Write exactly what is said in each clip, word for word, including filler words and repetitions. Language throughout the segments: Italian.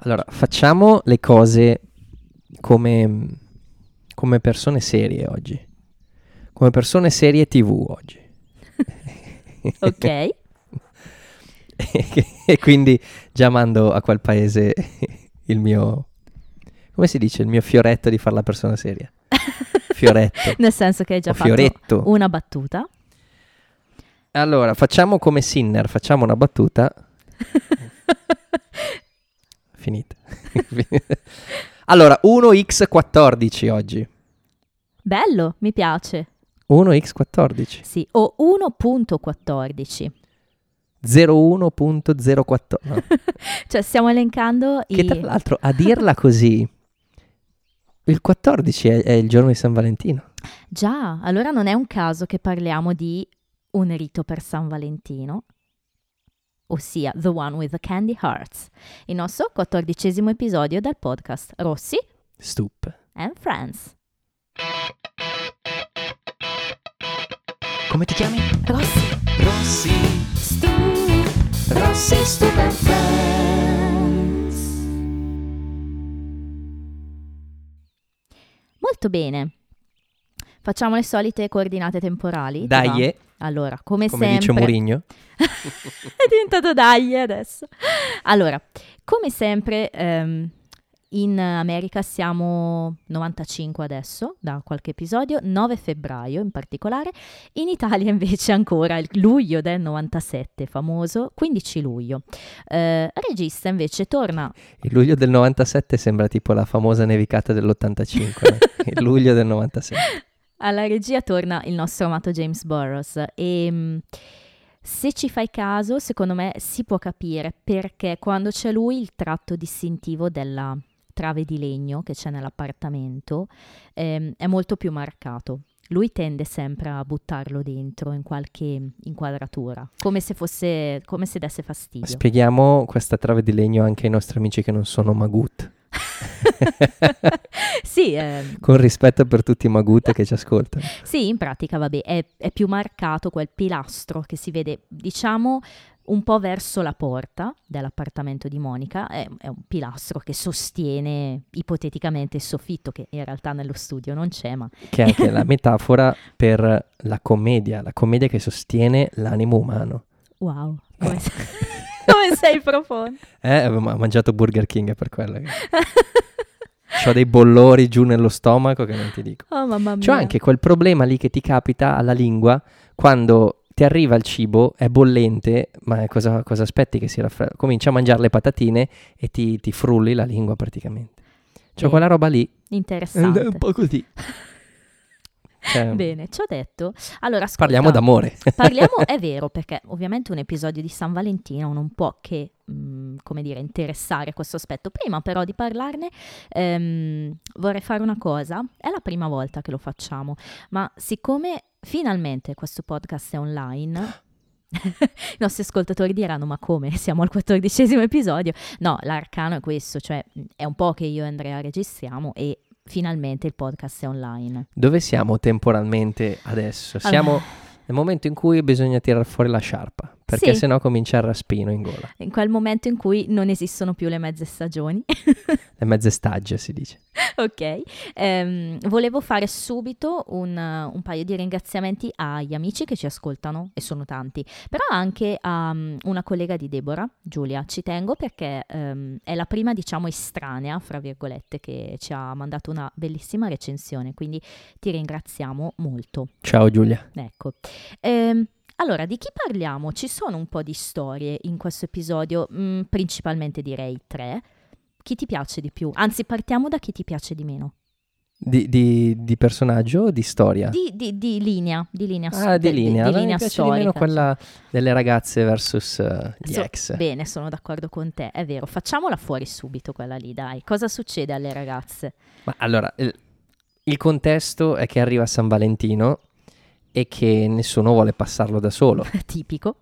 Allora, facciamo le cose come, come persone serie oggi. Come persone serie tivù oggi. Ok. E quindi già mando a quel paese il mio... Come si dice? Il mio fioretto di fare la persona seria. Fioretto. Nel senso che hai già O fatto fioretto. una battuta. Allora, facciamo come Sinner, facciamo una battuta. Finita. Allora, uno ics quattordici oggi. Bello, mi piace. uno ics quattordici. Sì, o uno punto quattordici. zero uno punto zero quattordici. No. Cioè stiamo elencando Che i... tra l'altro, a dirla così, il quattordici è, è il giorno di San Valentino. Già, allora non è un caso che parliamo di un rito per San Valentino, ossia The One with the Candy Hearts, il nostro quattordicesimo episodio del podcast Rossi Stup. and Friends. Come ti chiami? Rossi, Rossi. Stu, Rossi Stup and Friends. Molto bene. Facciamo le solite coordinate temporali. ti va? Dai, Allora, come, come sempre... dice Mourinho. È diventato dai adesso. Allora, come sempre, ehm, in America siamo novantacinque adesso, da qualche episodio, nove febbraio in particolare. In Italia invece ancora il luglio del novantasette, famoso, quindici luglio. Eh, regista invece torna... Il luglio del novantasette sembra tipo la famosa nevicata dell'ottantacinque. No? Il luglio del novantasette. Alla regia torna il nostro amato James Burrows e mh, se ci fai caso, secondo me si può capire perché quando c'è lui il tratto distintivo della trave di legno che c'è nell'appartamento ehm, è molto più marcato. Lui tende sempre a buttarlo dentro in qualche inquadratura, come se fosse, come se desse fastidio. Spieghiamo questa trave di legno anche ai nostri amici che non sono Magut. Sì, ehm, Con rispetto per tutti i Magut che ci ascoltano. sì, in pratica, vabbè, è, è più marcato quel pilastro che si vede, diciamo, un po' verso la porta dell'appartamento di Monica. È, è un pilastro che sostiene ipoteticamente il soffitto, che in realtà nello studio non c'è, ma... Che è anche la metafora per la commedia, la commedia che sostiene l'animo umano. Wow, come sei, come sei profondo. Eh, ho mangiato Burger King, è per quello. Che... C'ho dei bollori giù nello stomaco che non ti dico. Oh, mamma mia. C'ho anche quel problema lì che ti capita alla lingua quando ti arriva il cibo, è bollente, ma cosa, cosa aspetti che si raffredda? Cominci a mangiare le patatine e ti, ti frulli la lingua praticamente. C'ho Bene. quella roba lì. Interessante. Un po' così. Cioè, Bene, ci ho detto. Allora, ascolta, parliamo d'amore. Parliamo, è vero, perché ovviamente un episodio di San Valentino non può che, mh, come dire, interessare questo aspetto. Prima però di parlarne ehm, vorrei fare una cosa. È la prima volta che lo facciamo, ma siccome finalmente questo podcast è online... I nostri ascoltatori diranno: ma come? Siamo al quattordicesimo episodio? No, l'arcano è questo, cioè è un po' che io e Andrea registriamo e finalmente il podcast è online. Dove siamo temporalmente adesso? Siamo Allora, nel momento in cui bisogna tirare fuori la sciarpa, perché sì. sennò comincia il raspino in gola. In quel momento in cui non esistono più le mezze stagioni. Le mezze stagge si dice. Ok, ehm, volevo fare subito un, un paio di ringraziamenti agli amici che ci ascoltano, e sono tanti, però anche a um, una collega di Deborah, Giulia. Ci tengo perché um, è la prima, diciamo, estranea, fra virgolette, che ci ha mandato una bellissima recensione, quindi ti ringraziamo molto. Ciao Giulia. Ecco. Ehm, allora, di chi parliamo? Ci sono un po' di storie in questo episodio, mh, principalmente direi tre. Chi ti piace di più? Anzi, partiamo da chi ti piace di meno. Di, di, di personaggio o di storia? Di, di, di linea, di linea, Ah, di de- linea. di Allora linea mi piace storica. di meno quella delle ragazze versus uh, gli So- ex. Bene, sono d'accordo con te, è vero. Facciamola fuori subito quella lì, dai. Cosa succede alle ragazze? Ma allora, il, il contesto è che arriva San Valentino e che nessuno vuole passarlo da solo. Tipico.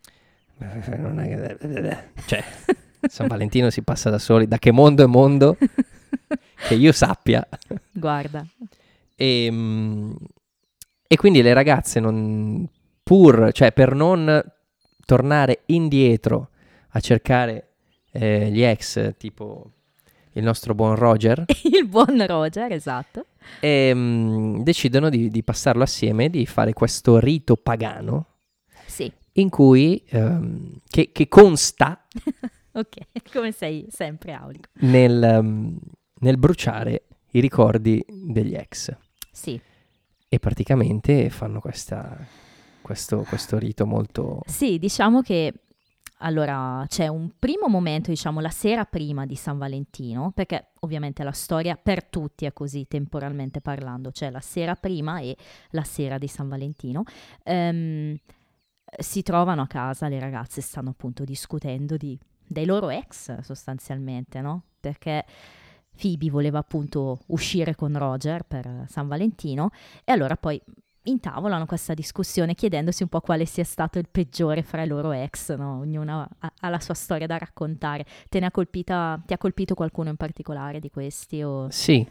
Non è che... Cioè, San Valentino si passa da soli. Da che mondo è mondo? Che io sappia. Guarda. E, mm, e quindi le ragazze non... Pur, cioè per non tornare indietro a cercare eh, gli ex, tipo il nostro buon Roger, Il buon Roger, esatto. e mh, decidono di, di passarlo assieme, di fare questo rito pagano Sì, in cui, ehm, che, che consta ok, come sei sempre aulico. nel, um, nel bruciare i ricordi degli ex. Sì, E praticamente fanno questa, questo, questo rito molto... sì, diciamo che allora c'è un primo momento, diciamo la sera prima di San Valentino, perché ovviamente la storia per tutti è così temporalmente parlando, cioè la sera prima e la sera di San Valentino. Ehm, si trovano a casa, le ragazze stanno appunto discutendo di, dei loro ex sostanzialmente, no? Perché Phoebe voleva appunto uscire con Roger per San Valentino e allora poi intavolano questa discussione chiedendosi un po' quale sia stato il peggiore fra i loro ex, no? Ognuna ha, ha la sua storia da raccontare. Te ne ha colpita, ti ha colpito qualcuno in particolare di questi? O... Sì,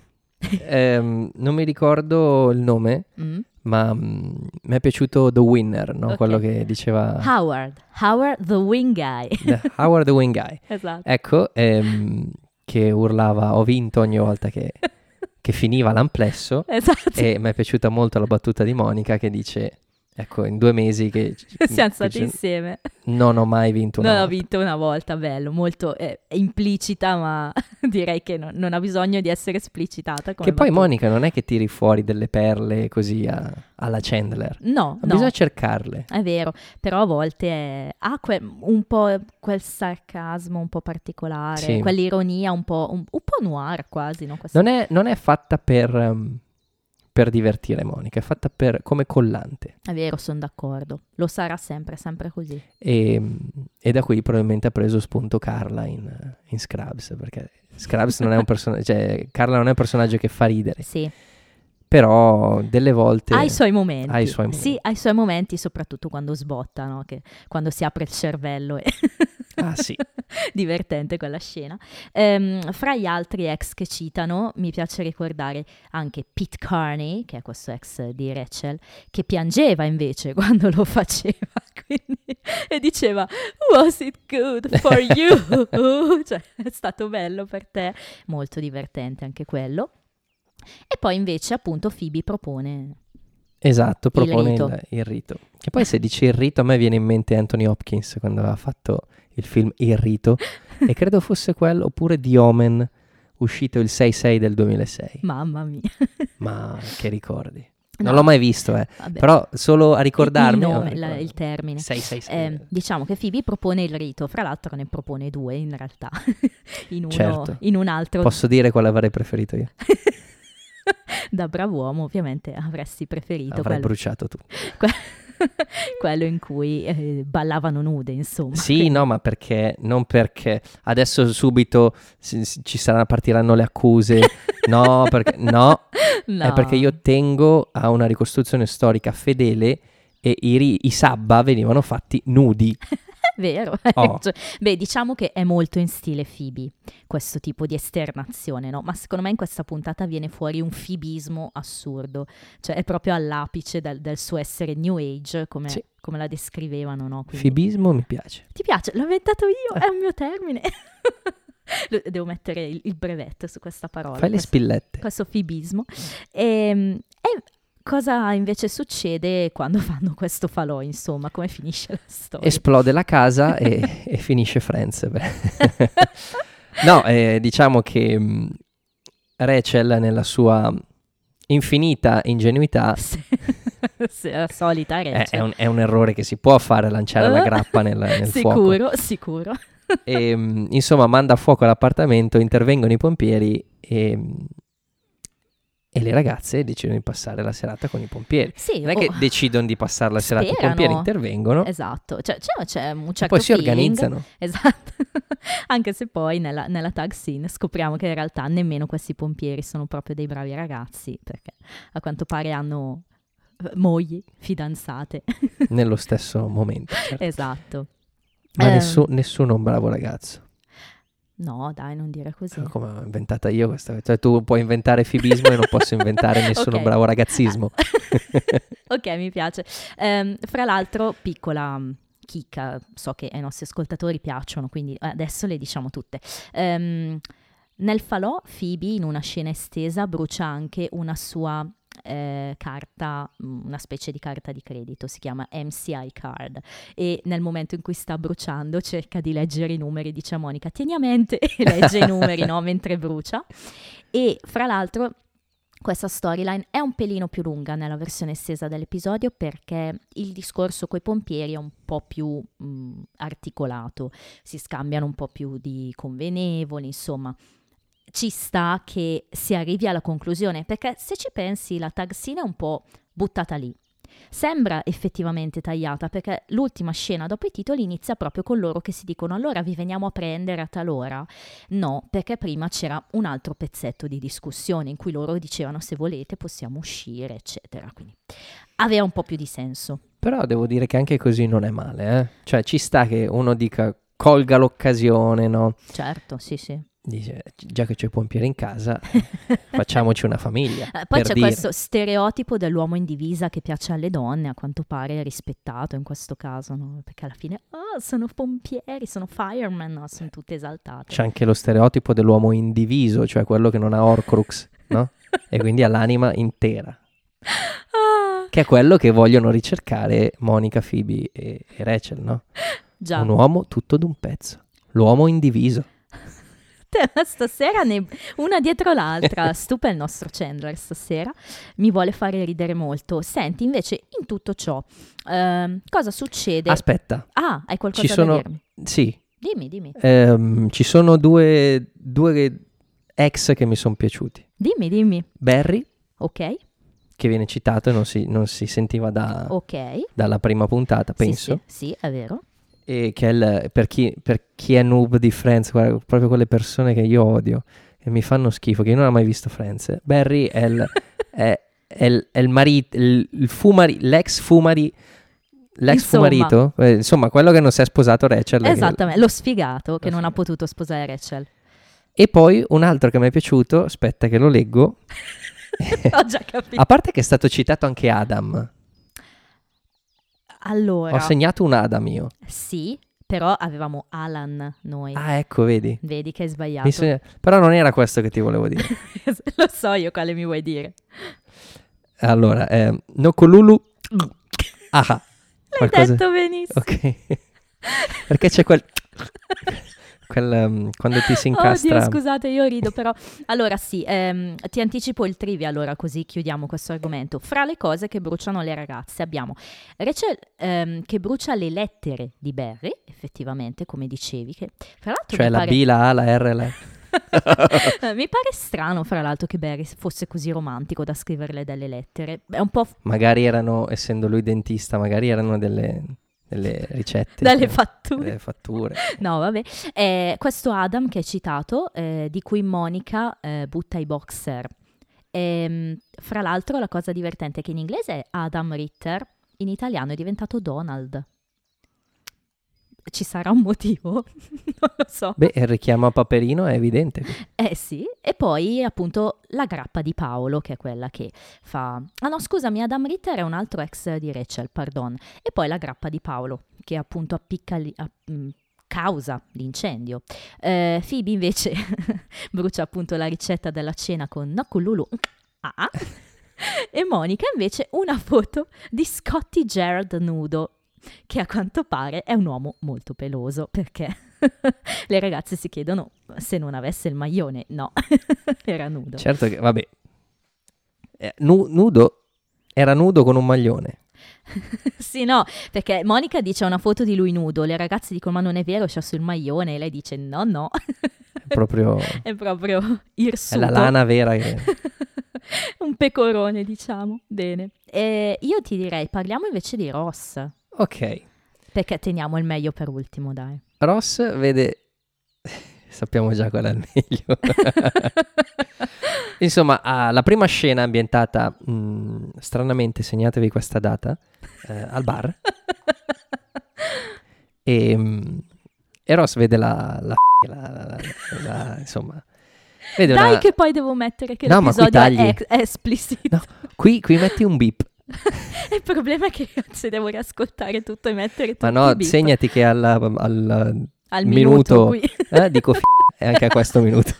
ehm, non mi ricordo il nome, Mm? ma mm, mi è piaciuto The Winner, no? Ok. Quello che diceva Howard, Howard the Wing Guy. The Howard the Wing Guy. Esatto. Ecco, ehm, che urlava ho vinto ogni volta che, che finiva l'amplesso. Esatto. E mi è piaciuta molto la battuta di Monica che dice, ecco, in due mesi che... Siamo stati che- insieme. Non ho mai vinto una Non ho volta. vinto una volta, bello, molto eh, implicita, ma direi che non, non ha bisogno di essere esplicitata. Come Che poi battuta. Monica non è che tiri fuori delle perle così a- alla Chandler. No, Ma no, bisogna cercarle. è vero, però a volte è- ha que- un po' quel sarcasmo un po' particolare, Sì. quell'ironia un po', un, un po' noir quasi, no? Questa- Non è, non è fatta per, um, per divertire Monica, è fatta per, come collante. È vero, sono d'accordo, lo sarà sempre, sempre così. E, e da qui probabilmente ha preso spunto Carla in, in Scrubs, perché Scrubs non è un personaggio, cioè Carla non è un personaggio che fa ridere, Sì, però delle volte ha i suoi momenti. ha i suoi momenti. Sì, ha i suoi momenti, soprattutto quando sbotta, no? Che, quando si apre il cervello e... Ah sì, Divertente quella scena. Ehm, fra gli altri ex che citano, mi piace ricordare anche Pete Carney, che è questo ex di Rachel, che piangeva invece quando lo faceva, quindi, e diceva "Was it good for you?" Cioè, è stato bello per te, molto divertente anche quello. E poi invece appunto Phoebe propone esatto, propone rito. il, il rito. Che poi se dici il rito a me viene in mente Anthony Hopkins quando aveva fatto il film Il rito e credo fosse quello, oppure The Omen, uscito il sei sei del duemilasei. Mamma mia. Ma che ricordi? Non No, l'ho mai visto, eh. vabbè. Però solo a il ricordarmi... nome, oh, la- ricordo. il termine. sei sei sei. Eh, diciamo che Phoebe propone il rito, fra l'altro ne propone due in realtà, in, uno, Certo. in un altro. Posso dire quale avrei preferito io? Da bravo uomo ovviamente avresti preferito Avrei quello, bruciato tu. quello in cui eh, ballavano nude, insomma. Sì, Quindi- no, ma perché? Non perché adesso subito si- si- ci saranno, partiranno le accuse. No, perché no, No. è perché io tengo a una ricostruzione storica fedele e i, ri- i sabba venivano fatti nudi. Vero. Oh. Cioè, beh, diciamo che è molto in stile Phoebe questo tipo di esternazione, no? Ma secondo me in questa puntata viene fuori un fibismo assurdo, cioè è proprio all'apice del, del suo essere New Age, come, Sì. come la descrivevano, no? Quindi- Fibismo mi piace. Ti piace? L'ho inventato io, è un mio termine. Lo- Devo mettere il, il brevetto su questa parola. Fai le questo- spillette. questo fibismo. E, e cosa invece succede quando fanno questo falò, insomma, come finisce la storia? Esplode la casa e, e finisce Friends. Beh. No, eh, diciamo che mh, Rachel nella sua infinita ingenuità Sì. Sì, la solita è, Rachel. è un, è un errore che si può fare, lanciare la Eh, grappa nel, nel fuoco. sicuro, sicuro. E, mh, insomma, manda a fuoco l'appartamento, intervengono i pompieri e, mh, e le ragazze decidono di passare la serata con i pompieri. Sì, Non è che oh, decidono di passare la serata, i sperano. pompieri intervengono Esatto, cioè, c'è, c'è un e certo poi si feeling. organizzano. Esatto, anche se poi nella, nella tag scene scopriamo che in realtà nemmeno questi pompieri sono proprio dei bravi ragazzi, perché a quanto pare hanno eh, mogli, fidanzate. Nello stesso momento. certo. Esatto. Ma Ehm, nessu- nessuno è un bravo ragazzo. No, dai, non dire così. Come l'ho inventata io questa? Cioè tu puoi inventare fibismo e non posso inventare nessuno Ok. bravo ragazzismo. Ok, mi piace. Ehm, fra l'altro, piccola mm, chicca, so che ai nostri ascoltatori piacciono, quindi adesso le diciamo tutte. Um, nel falò Phoebe in una scena estesa brucia anche una sua eh, carta, una specie di carta di credito, si chiama M C I card, e nel momento in cui sta bruciando cerca di leggere i numeri, dice a Monica tieni a mente, e legge i numeri, no, mentre brucia. E fra l'altro questa storyline è un pelino più lunga nella versione estesa dell'episodio, perché il discorso coi pompieri è un po' più mh, articolato, si scambiano un po' più di convenevoli, insomma ci sta che si arrivi alla conclusione, perché se ci pensi la tag scene è un po' buttata lì. Sembra effettivamente tagliata, perché l'ultima scena dopo i titoli inizia proprio con loro che si dicono allora vi veniamo a prendere a tal'ora? No, perché prima c'era un altro pezzetto di discussione in cui loro dicevano se volete possiamo uscire, eccetera. Quindi aveva un po' più di senso. Però devo dire che anche così non è male, eh? Cioè ci sta che uno dica colga l'occasione, no? Certo, sì sì. Dice, già che c'è il pompiere in casa, facciamoci una famiglia. Eh, poi c'è dire. questo stereotipo dell'uomo in divisa che piace alle donne, a quanto pare è rispettato in questo caso, no? Perché alla fine, oh, sono pompieri, sono fireman, no? Sono tutte esaltate. C'è anche lo stereotipo dell'uomo indiviso, cioè quello che non ha Horcrux, no? E quindi ha l'anima intera. Ah. Che è quello che vogliono ricercare Monica, Phoebe e, e Rachel, no? Già. Un uomo tutto d'un pezzo, l'uomo indiviso. Stasera ne... una dietro l'altra, stupa il nostro Chandler stasera, mi vuole fare ridere molto. Senti, invece, in tutto ciò, ehm, cosa succede? Aspetta. Ah, hai qualcosa ci sono... da dirmi? Sì. Dimmi, dimmi. Ehm, ci sono due, due ex che mi sono piaciuti. Dimmi, dimmi. Barry. Ok. Che viene citato e non si, non si sentiva da, okay. dalla prima puntata, penso. Sì, sì, sì, è vero. E che è il, per, chi, per chi è noob di Friends, guarda, proprio quelle persone che io odio e mi fanno schifo, che io non ho mai visto Friends. Barry è il, è, è il, è il marito, il, il fumari, l'ex fumari, l'ex insomma, fumarito, eh, insomma quello che non si è sposato Rachel. Esattamente, che, lo sfigato che lo non sfigato. ha potuto sposare Rachel. E poi un altro che mi è piaciuto, aspetta che lo leggo. Ho già capito. A parte che è stato citato anche Adam. Allora, ho segnato un Adam io. Sì, però avevamo Alan noi. Ah, ecco, vedi. Vedi che hai sbagliato. Segna... Però non era questo che ti volevo dire. Lo so io quale mi vuoi dire. Allora, eh, Nokolulu. Ah, l'hai qualcosa... detto benissimo. Ok. Perché c'è quel... Quel, um, quando ti si incastra. Oddio, scusate, io rido, però. Allora sì, ehm, ti anticipo il trivia, allora, così chiudiamo questo argomento. Fra le cose che bruciano le ragazze abbiamo Rachel ehm, che brucia le lettere di Barry, effettivamente, come dicevi, che fra l'altro cioè mi la pare... B, la A, la R, la mi pare strano, fra l'altro, che Barry fosse così romantico da scriverle delle lettere. È un po'... F- magari erano, essendo lui dentista, magari erano delle... delle ricette, dalle delle, fatture. delle fatture. No, vabbè. Eh, questo Adam che hai citato, eh, di cui Monica eh, butta i boxer. E, fra l'altro, la cosa divertente è che in inglese è Adam Ritter, in italiano è diventato Donald. Ci sarà un motivo? Non lo so. Beh, il richiamo a Paperino è evidente. Eh sì, e poi appunto la grappa di Paolo, che è quella che fa... Ah no, scusami, Adam Ritter è un altro ex di Rachel, pardon. E poi la grappa di Paolo, che appunto appicca... Li, a, mh, causa l'incendio. Eh, Phoebe invece brucia appunto la ricetta della cena con Nokululu. Ah. E Monica invece una foto di Scotty Gerald nudo, che a quanto pare è un uomo molto peloso, perché le ragazze si chiedono se non avesse il maglione. No, era nudo. Certo che, vabbè, eh, nu- nudo, era nudo con un maglione. Sì, no, perché Monica dice una foto di lui nudo, le ragazze dicono ma non è vero, c'ha sul maglione, e lei dice no, no. È proprio... è proprio irsuto. È la lana vera che... Un pecorone, diciamo. Bene. E io ti direi, parliamo invece di Ross. Ok. Perché teniamo il meglio per ultimo, dai. Ross vede... Sappiamo già qual è il meglio. Insomma, ah, la prima scena ambientata, mh, stranamente, segnatevi questa data, eh, al bar. e, mh, e Ross vede la... la, la, la, la insomma... Vede Dai una... che poi devo mettere che no, l'episodio ma qui è, è esplicito. No, qui, qui metti un beep. Il problema è che se devo riascoltare tutto e mettere tutto Ma no, segnati che alla, alla al minuto, minuto qui. eh, dico f***, e anche a questo minuto.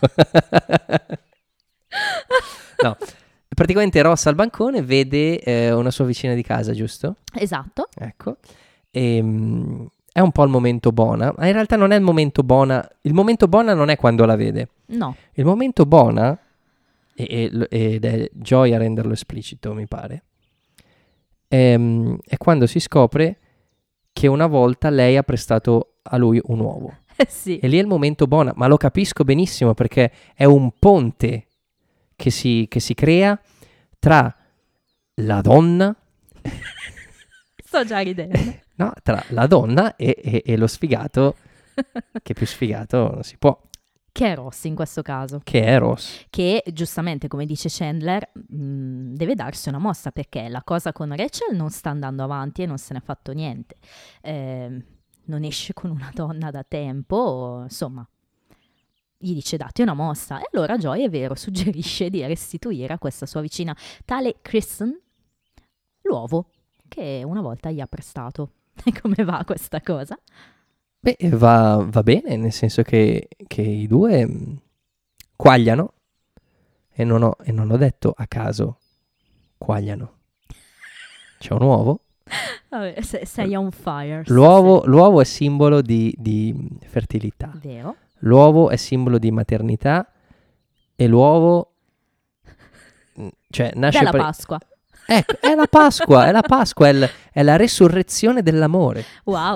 No, praticamente Ross al bancone vede eh, una sua vicina di casa, giusto? Esatto. Ecco. E, mm, è un po' il momento Bona, ma in realtà non è il momento Bona. Il momento Bona non è quando la vede. No. Il momento Bona, e, e- ed è Joy a renderlo esplicito, mi pare, è, è quando si scopre che una volta lei ha prestato a lui un uovo. Eh sì. E lì è il momento Bona, ma lo capisco benissimo perché è un ponte che si, che si crea tra la donna, Sto già ridendo. no, tra la donna e, e- e lo sfigato, che più sfigato non si può, Che è Ross in questo caso. che è Ross. Che giustamente, come dice Chandler, mh, deve darsi una mossa perché la cosa con Rachel non sta andando avanti e non se n'è fatto niente. Eh, non esce con una donna da tempo, insomma, gli dice datti una mossa. E allora Joy, è vero, suggerisce di restituire a questa sua vicina, tale Kristen, l'uovo che una volta gli ha prestato. E come va questa cosa? Beh, va, va bene, nel senso che, che i due mh, quagliano, e non, ho, e non ho detto a caso quagliano. C'è un uovo. Vabbè, se- sei on fire. L'uovo, l'uovo è simbolo di, di fertilità. Sei- Vero? L'uovo è simbolo di maternità e l'uovo, mh, cioè, nasce Della per- Pasqua. Ecco, è la Pasqua, è la Pasqua, è, il- è la resurrezione dell'amore. Wow.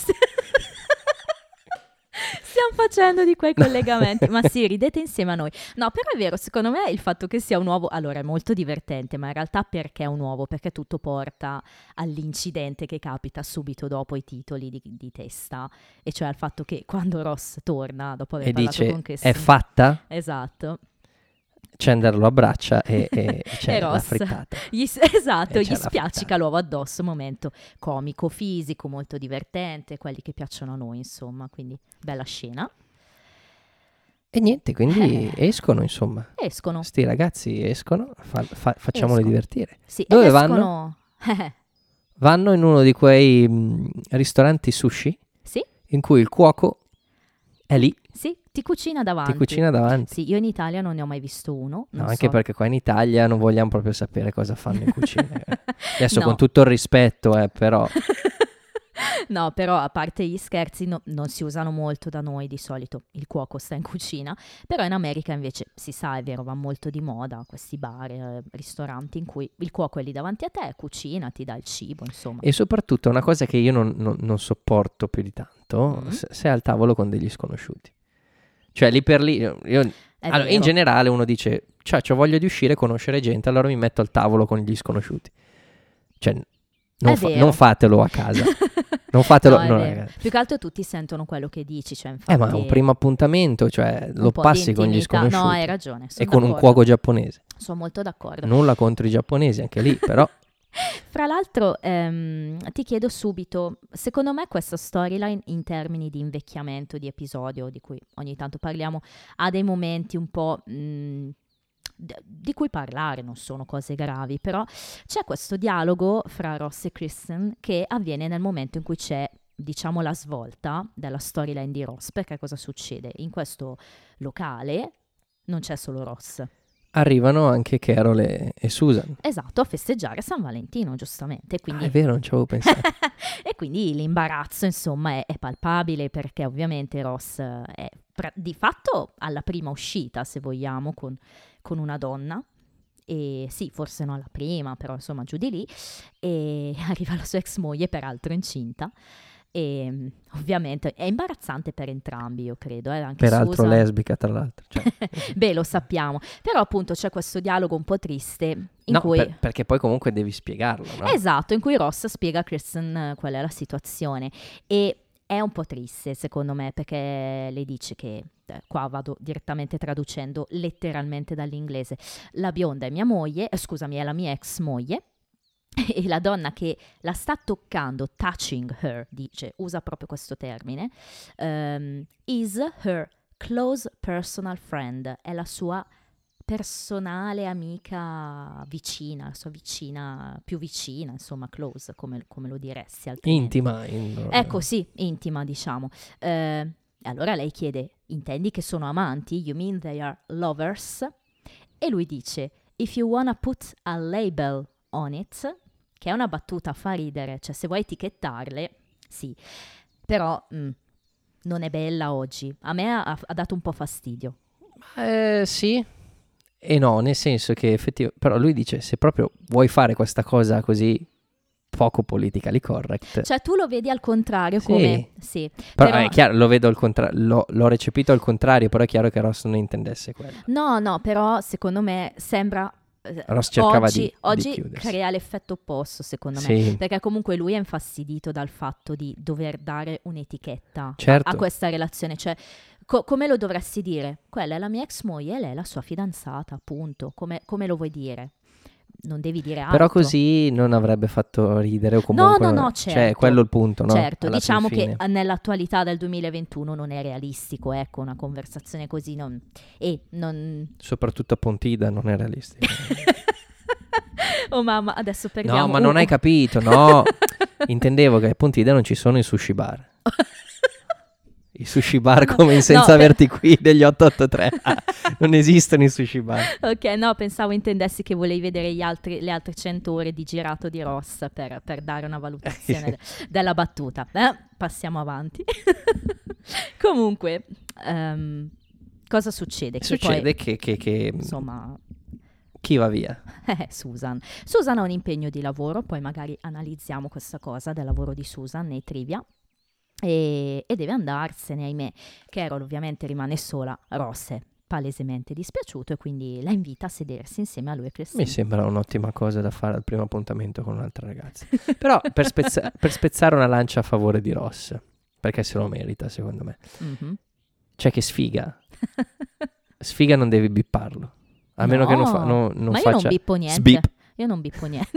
Stiamo facendo di quei collegamenti, ma sì, ridete insieme a noi. No, però è vero, secondo me il fatto che sia un uovo, allora è molto divertente, ma in realtà perché è un uovo? Perché tutto porta all'incidente che capita subito dopo i titoli di, di testa, e cioè al fatto che quando Ross torna dopo aver E parlato dice, con Kristen, è fatta? esatto, Chandler lo abbraccia e, e c'è E la Ross. frittata. Gli, esatto, E gli c'è la spiaccica frittata. l'uovo addosso, momento comico, fisico, molto divertente, quelli che piacciono a noi, insomma, quindi bella scena. E niente, quindi Eh. escono, insomma. Escono. Sti ragazzi escono, fa- fa- facciamoli Escono. divertire. Sì, Dove ed vanno? escono... Eh, Vanno in uno di quei mh, ristoranti sushi sì, in cui il cuoco è lì, sì, ti cucina davanti. ti cucina davanti. Sì, io in Italia non ne ho mai visto uno. No, non anche so. perché qua in Italia non vogliamo proprio sapere cosa fanno in cucina. eh. Adesso No. con tutto il rispetto, eh, però No, però a parte gli scherzi no- non si usano molto da noi di solito, il cuoco sta in cucina, però in America invece si sa, è vero, va molto di moda questi bar, eh, ristoranti in cui il cuoco è lì davanti a te, cucina, ti dà il cibo, insomma. e soprattutto una cosa che io non, non- non sopporto più di tanto, Mm. se, se è al tavolo con degli sconosciuti. Cioè lì per lì, io, È allora, vero. in generale uno dice, cioè, c'ho voglia di uscire, conoscere gente, allora mi metto al tavolo con gli sconosciuti. Cioè, non, È fa- vero. non fatelo a casa. Non fatelo... No, è no, vero. ragazzi. Più che altro tutti sentono quello che dici, cioè infatti... Eh, ma è un primo appuntamento, cioè un lo po' di passi con gli intimità. sconosciuti. No, hai ragione, E sono con un d'accordo. cuoco giapponese. Sono molto d'accordo. Nulla contro i giapponesi, anche lì, però... Fra l'altro, ehm, ti chiedo subito, secondo me questa storyline in termini di invecchiamento di episodio, di cui ogni tanto parliamo, ha dei momenti un po' mh, d- di cui parlare, non sono cose gravi, però c'è questo dialogo fra Ross e Kristen che avviene nel momento in cui c'è, diciamo, la svolta della storyline di Ross, perché cosa succede? In questo locale non c'è solo Ross. Arrivano anche Carol e, e Susan. Esatto, a festeggiare San Valentino, giustamente. Quindi Ah, è vero, non ci avevo pensato. e quindi l'imbarazzo, insomma, è, è palpabile perché ovviamente Ross eh, è pra- di fatto alla prima uscita, se vogliamo, con, con una donna. E sì, forse non la prima, però insomma giù di lì. E arriva la sua ex moglie, peraltro incinta. E mm, ovviamente è imbarazzante per entrambi, io credo. Eh, anche Peraltro Susan. lesbica, tra l'altro. Cioè, Beh, lo sappiamo. Però appunto c'è questo dialogo un po' triste in no, cui... per- perché poi comunque devi spiegarlo, no? Esatto, in cui Ross spiega a Kristen eh, qual è la situazione e è un po' triste secondo me perché le dice che, eh, qua vado direttamente traducendo letteralmente dall'inglese, la bionda è mia moglie, eh, scusami, è la mia ex moglie e la donna che la sta toccando, touching her, dice, usa proprio questo termine, ehm, is her close personal friend, è la sua personale, amica vicina, sua vicina, più vicina, insomma, close, come, come lo diresti altrimenti. Intima. In... Ecco, sì, intima, diciamo. Eh, allora lei chiede, intendi che sono amanti? You mean they are lovers? E lui dice, if you wanna put a label on it, che è una battuta a fa ridere, cioè se vuoi etichettarle, sì, però mh, non è bella oggi. A me ha, ha dato un po' fastidio. Eh, sì e no, nel senso che effettivamente, però lui dice, se proprio vuoi fare questa cosa così poco politically correct, cioè tu lo vedi al contrario, sì. come sì, però, però è chiaro, lo vedo al contrario, l'ho, l'ho recepito al contrario, però è chiaro che Ross non intendesse quello. no no però secondo me sembra eh, Ross cercava oggi, di, di oggi chiudersi. crea l'effetto opposto secondo me, Sì. perché comunque lui è infastidito dal fatto di dover dare un'etichetta Certo. a, a questa relazione, cioè co- come lo dovresti dire? Quella è la mia ex moglie e lei è la sua fidanzata, appunto, come, come lo vuoi dire? Non devi dire altro. Però così non avrebbe fatto ridere o comunque... No, no, no, certo. Cioè, quello è il punto, no? Certo, Alla diciamo fin fine. che nell'attualità del duemilaventuno non è realistico, ecco, una conversazione così non... E non... Soprattutto a Pontida non è realistico. Oh mamma, adesso perdiamo... No, ma non hai capito, no. Intendevo che a Pontida non ci sono i sushi bar. I sushi bar come in Senza No, per- Averti Qui degli otto otto tre. Non esistono i sushi bar. Ok, no, pensavo intendessi che volevi vedere gli altri, le altre cento ore di girato di Ross per, per dare una valutazione de- della battuta. Eh, passiamo avanti. Comunque, ehm, cosa succede? Che Succede poi, che, che, che insomma, chi va via? eh, Susan. Susan ha un impegno di lavoro, poi magari analizziamo questa cosa del lavoro di Susan nei trivia. E, e deve andarsene, ahimè. Carol ovviamente rimane sola, Ross è palesemente dispiaciuto e quindi la invita a sedersi insieme a lui e Christine. Mi sembra un'ottima cosa da fare al primo appuntamento con un'altra ragazza. Però per, spezza- per spezzare una lancia a favore di Ross, perché se lo merita secondo me. Mhm. Cioè che sfiga. Sfiga non devi bipparlo. A meno No, che non, fa, no, non ma io faccia... non bippo niente. sbip. Io non bippo niente.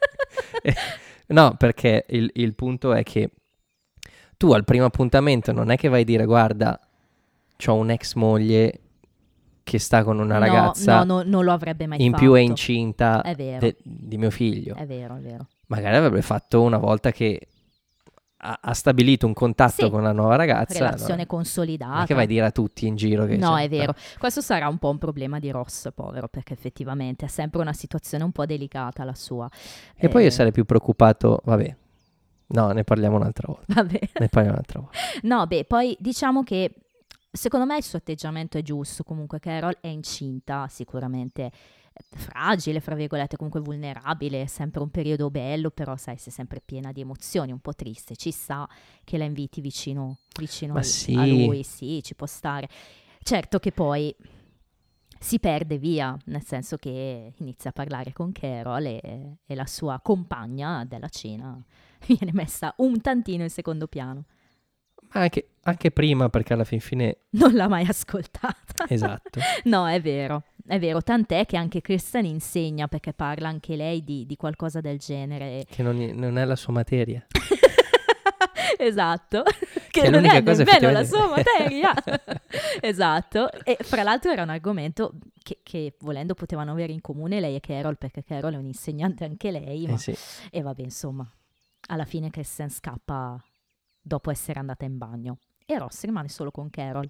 No, perché il, il punto è che tu al primo appuntamento non è che vai a dire guarda, c'ho un'ex moglie che sta con una No, ragazza, no, no, non lo avrebbe mai in fatto. più è incinta È vero. de- di mio figlio. È vero, è vero. Magari avrebbe fatto una volta che ha, ha stabilito un contatto Sì. con la nuova ragazza. Relazione no? consolidata. Non è che vai a dire a tutti in giro che No, c'è- è vero. Questo sarà un po' un problema di Ross, povero, perché effettivamente è sempre una situazione un po' delicata la sua. E poi io Eh, sarei più preoccupato, vabbè, no, ne parliamo un'altra volta. Vabbè. Ne parliamo un'altra volta. No, beh, poi diciamo che secondo me il suo atteggiamento è giusto. Comunque Carol è incinta, sicuramente fragile, fra virgolette, comunque vulnerabile, è sempre un periodo bello, però sai, sei sempre piena di emozioni, un po' triste, ci sta che la inviti vicino, vicino Ma a, sì. a lui, sì, ci può stare. Certo che poi si perde via, nel senso che inizia a parlare con Carol e, e la sua compagna della cena viene messa un tantino in secondo piano. Ma anche, anche prima, perché alla fin fine... Non l'ha mai ascoltata. Esatto. No, è vero, è vero, tant'è che anche Kristen insegna, perché parla anche lei di, di qualcosa del genere. Che non, non è la sua materia. Esatto, che, Che è non l'unica è cosa nemmeno la effettivamente- sua materia. Esatto, e fra l'altro era un argomento che, che volendo potevano avere in comune lei e Carol, perché Carol è un'insegnante anche lei, ma... Eh sì. e vabbè, insomma, alla fine Kristen scappa dopo essere andata in bagno e Ross rimane solo con Carol.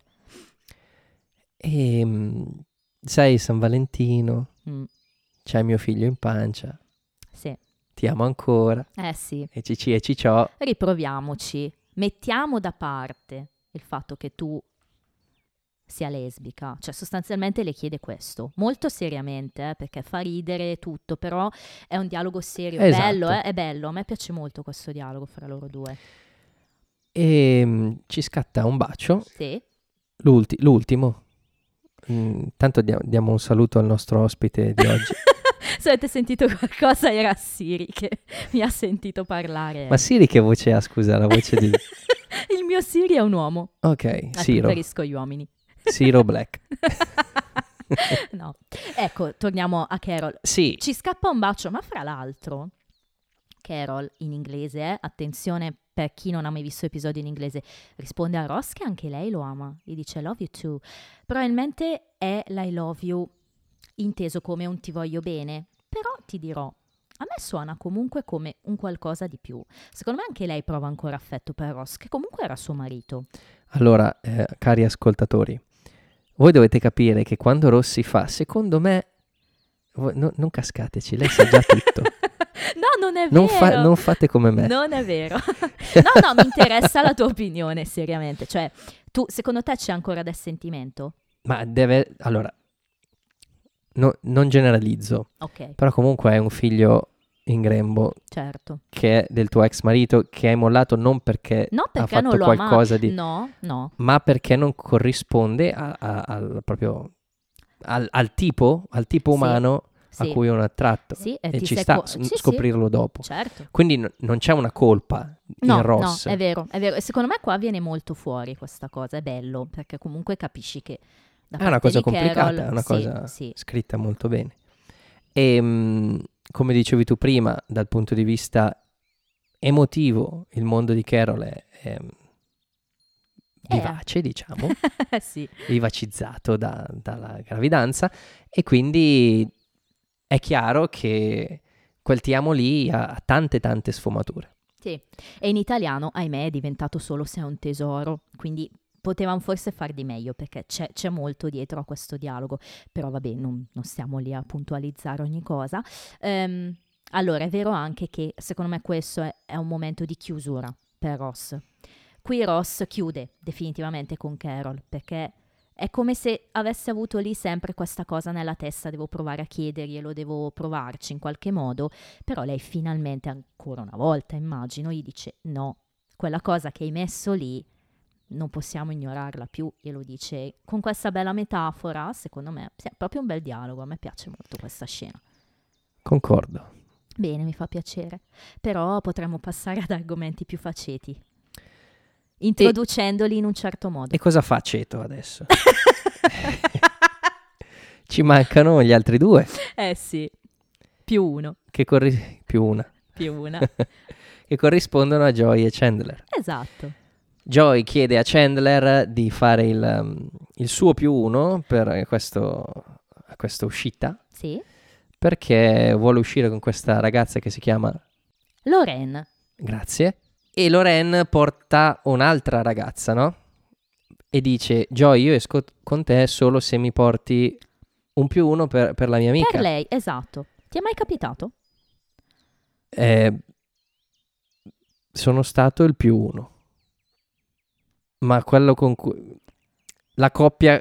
E mm, sai, San Valentino, Mm, c'hai mio figlio in pancia, sì, ti amo ancora, eh sì. e cici e cicciò. Riproviamoci, mettiamo da parte il fatto che tu sia lesbica, cioè sostanzialmente le chiede questo, molto seriamente, eh, perché fa ridere tutto, però è un dialogo serio, Esatto. bello, eh, è bello, a me piace molto questo dialogo fra loro due. E mm, ci scatta un bacio, Sì, l'ulti- l'ultimo. Mm, tanto dia- diamo un saluto al nostro ospite di oggi. se avete sentito qualcosa era Siri che mi ha sentito parlare. Ma Siri che voce ha, scusa, la voce di... Il mio Siri è un uomo, Ok, eh, Siro, preferisco gli uomini. Siro Black. No, ecco, torniamo a Carol. Sì, Ci scappa un bacio, ma fra l'altro, Carol in inglese, eh, attenzione per chi non ha mai visto episodi in inglese, risponde a Ross che anche lei lo ama, gli dice I love you too. Probabilmente è l'I love you inteso come un ti voglio bene, però ti dirò, a me suona comunque come un qualcosa di più. Secondo me anche lei prova ancora affetto per Ross, che comunque era suo marito. Allora, eh, cari ascoltatori, voi dovete capire che quando Rossi fa, secondo me, voi, no, non cascateci, lei sa già tutto. No, non è Non, vero. fa- non fate come me. Non è vero. No, no, mi interessa la tua opinione, seriamente. Cioè, tu, secondo te c'è ancora del sentimento? Ma deve... Allora, no- non generalizzo, Ok, però comunque è un figlio in grembo certo. che è del tuo ex marito, che hai mollato non perché, No, ha perché fatto non lo qualcosa ama. di... No, no. ma perché non corrisponde a- a- al proprio... Al, al tipo, al tipo Sì, umano a sì. cui uno è attratto. Sì, e E ti ci sei sta co- s- sì, sì, scoprirlo dopo. certo. Quindi n- non c'è una colpa No, in Ross. no, è vero, è vero. E secondo me qua viene molto fuori questa cosa, è bello, perché comunque capisci che da È una parte cosa di complicata, Carol- è una sì, cosa sì, scritta molto bene. E mh, come dicevi tu prima, dal punto di vista emotivo, il mondo di Carol è, è vivace, diciamo, sì, vivacizzato da- dalla gravidanza, e quindi è chiaro che quel ti amo lì ha, ha tante tante sfumature. sì. E in italiano, ahimè, è diventato solo sei un tesoro, quindi potevano forse far di meglio, perché c'è, c'è molto dietro a questo dialogo, però vabbè, non, non stiamo lì a puntualizzare ogni cosa. Ehm, allora, è vero anche che secondo me questo è, è un momento di chiusura per Ross. Qui Ross chiude definitivamente con Carol, perché è come se avesse avuto lì sempre questa cosa nella testa, devo provare a chiederglielo, devo provarci in qualche modo, però lei finalmente, ancora una volta immagino, gli dice no, quella cosa che hai messo lì non possiamo ignorarla più, glielo dice con questa bella metafora, secondo me è proprio un bel dialogo, a me piace molto questa scena. Concordo. Bene, mi fa piacere, però potremmo passare ad argomenti più faceti, introducendoli in un certo modo. E cosa fa Ceto adesso? Ci mancano gli altri due, Eh sì, più uno, che corri- più una, più una. che corrispondono a Joy e Chandler. Esatto. Joy chiede a Chandler di fare il, um, il suo più uno per questo, questa uscita, Sì. perché vuole uscire con questa ragazza che si chiama... Lorraine. Grazie. E Lorraine porta un'altra ragazza, no? E dice, Joy, io esco con te solo se mi porti un più uno per, per la mia amica. Per lei, esatto. Ti è mai capitato? Eh, sono stato il più uno. Ma quello con cui... La coppia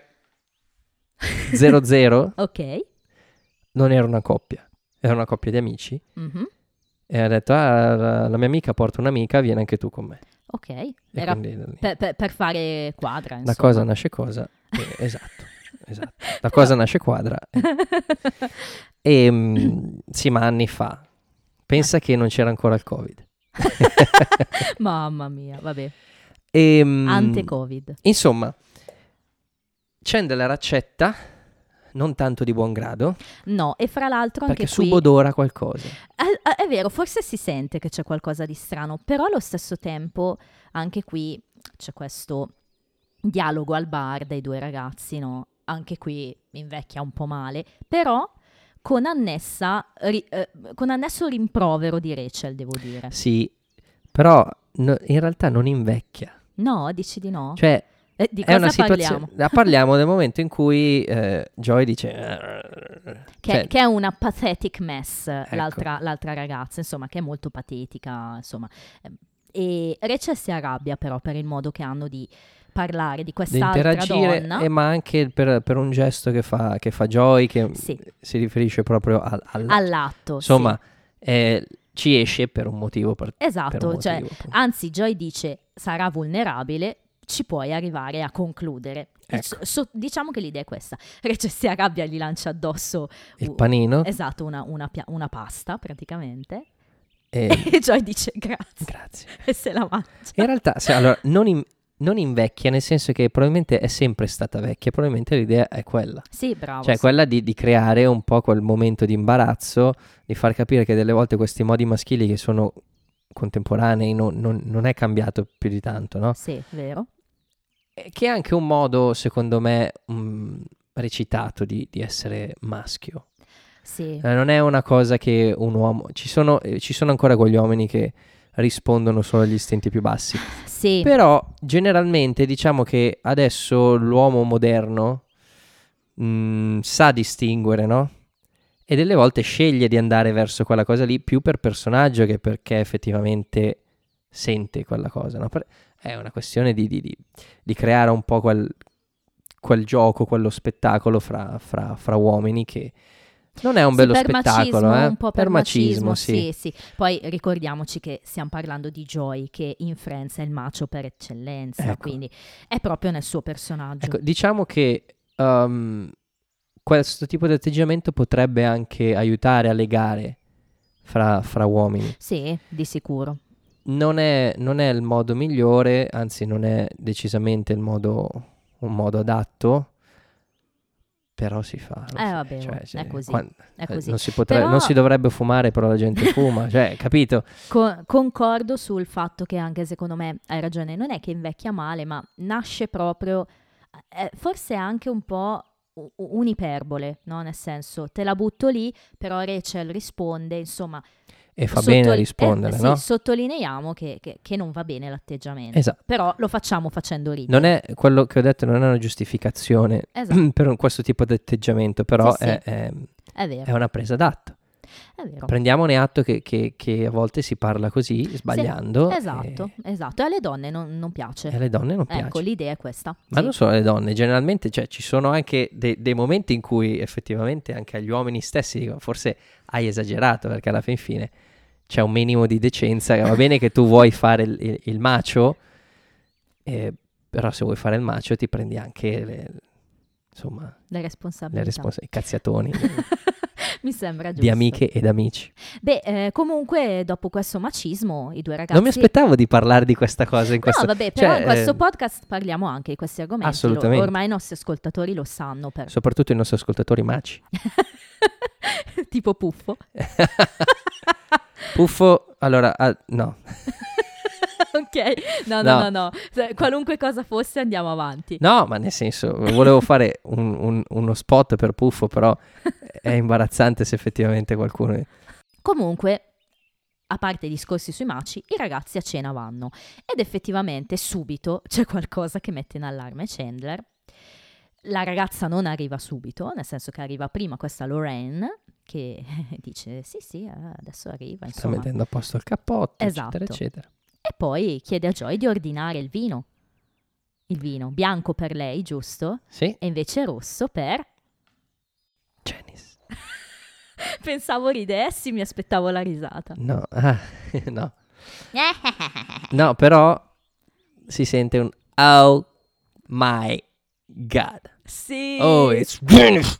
zero zero Ok. non era una coppia, era una coppia di amici. Mhm. E ha detto, ah, la, la mia amica porta un'amica, vieni anche tu con me. Ok. E Era quindi da lì, per, per- per fare quadra, da insomma. cosa nasce cosa. eh, esatto, esatto. Da cosa nasce quadra. eh. E mm, sì, ma anni fa. Pensa che non c'era ancora il Covid. Mamma mia, vabbè. E, mm, Ante-Covid. insomma, Chandler accetta, non tanto di buon grado, No, e fra l'altro anche perché qui... subodora qualcosa. È, è vero, forse si sente che c'è qualcosa di strano, però allo stesso tempo anche qui c'è questo dialogo al bar dei due ragazzi, no? Anche qui invecchia un po' male, però con, annessa, ri- eh, con annesso rimprovero di Rachel, devo dire. Sì, però no- in realtà non invecchia. No, dici di no? Cioè, Eh, di è cosa una situazione... parliamo? Ah, parliamo del momento in cui eh, Joy dice... Che, cioè, che è una pathetic mess, Ecco. l'altra, l'altra ragazza, insomma, che è molto patetica, insomma. E Rachel si arrabbia però per il modo che hanno di parlare di di quest'altra interagire, donna. e ma anche per, per un gesto che fa, che fa Joy, che Sì. si riferisce proprio al, al- All'atto, insomma, sì. eh, ci esce per un motivo. Per, per Esatto, un cioè, motivo, appunto. anzi Joy dice sarà vulnerabile, ci puoi arrivare a concludere. Ecco. So- diciamo che l'idea è questa. Rachel si arrabbia e gli lancia addosso Il uh, panino. esatto, una, una pia- una pasta praticamente. E, E Joy dice grazie grazie. e se la mangia. In realtà, se, allora, non, in- non invecchia, nel senso che probabilmente è sempre stata vecchia, probabilmente l'idea è quella. Sì, bravo. Cioè, sì. quella di, di creare un po' quel momento di imbarazzo, di far capire che delle volte questi modi maschili che sono contemporanei non, non- non è cambiato più di tanto, no? Sì, vero. Eh, Che è anche un modo, secondo me, mh, recitato di, di essere maschio. Sì. Eh, non è una cosa che un uomo... Ci sono, eh, ci sono ancora quegli uomini che rispondono solo agli istinti più bassi. Sì. Però generalmente diciamo che adesso l'uomo moderno mh, sa distinguere, no? E delle volte sceglie di andare verso quella cosa lì più per personaggio che perché effettivamente sente quella cosa, no? Per- è una questione di, di, di, di creare un po' quel, quel gioco, quello spettacolo fra, fra, fra uomini che non è un Sì, bello per spettacolo, macismo, eh? un po' per, macismo, sì. sì, sì. Poi ricordiamoci che stiamo parlando di Joey, che in Friends è il macho per eccellenza, Ecco. quindi è proprio nel suo personaggio. Ecco, diciamo che um, questo tipo di atteggiamento potrebbe anche aiutare a legare fra, fra uomini. Sì, di sicuro. Non è, non è il modo migliore, anzi non è decisamente il modo, un modo adatto, però si fa. lo Eh so, vabbè, cioè, è se- così, quan- è eh, così. Non si, potre- Però- non si dovrebbe fumare, però la gente fuma, cioè, capito? Co- concordo sul fatto che anche secondo me hai ragione, non è che invecchia male, ma nasce proprio, eh, forse anche un po' u- un'iperbole, no? Nel senso, te la butto lì, però Rachel risponde, insomma... E fa Sottoli- bene a rispondere, eh, sì, no? sottolineiamo che, che- che non va bene l'atteggiamento, Esatto. però lo facciamo facendo ridere. Non è quello che ho detto, non è una giustificazione Esatto. per un- questo tipo di atteggiamento, però Sì, sì. È, è- È vero, è una presa d'atto. è vero. Prendiamone atto che, che- che a volte si parla così, sbagliando. Esatto, esatto. E alle donne non, non piace. E, e alle donne non piace. Ecco, l'idea è questa. Ma sì. non solo alle donne, generalmente cioè, ci sono anche de- dei momenti in cui effettivamente anche agli uomini stessi dicono forse hai esagerato, perché alla fin fine c'è un minimo di decenza, va bene che tu vuoi fare il, il, il macho, eh, però se vuoi fare il macho ti prendi anche le, insomma, Le responsabilità. le respons- i cazziatoni Mi sembra giusto. di amiche ed amici. Beh, eh, comunque dopo questo macismo i due ragazzi... Non mi aspettavo di parlare di questa cosa in questo... No, vabbè, però cioè, in questo eh, podcast parliamo anche di questi argomenti. Assolutamente. Lo- ormai i nostri ascoltatori lo sanno. Per... soprattutto i nostri ascoltatori maci. tipo Puffo. Puffo, allora, ah, no. Ok, no, no, No. no, no. Se- qualunque cosa fosse andiamo avanti. No, ma nel senso, volevo fare un- un- uno spot per Puffo, però è imbarazzante se effettivamente qualcuno... Comunque, a parte i discorsi sui maci, i ragazzi a cena vanno. Ed effettivamente subito c'è qualcosa che mette in allarme Chandler. La ragazza non arriva subito, nel senso che arriva prima questa Lorraine, che dice sì sì, eh, adesso arriva, Sta insomma. mettendo a posto il cappotto, Esatto. eccetera, eccetera. E poi chiede a Joy di ordinare il vino. Il vino bianco per lei, giusto? Sì, E invece rosso per... Janice. Pensavo ridessi, mi aspettavo la risata. No, ah, no. No, però si sente un oh my god. Sì. Oh, it's Janice.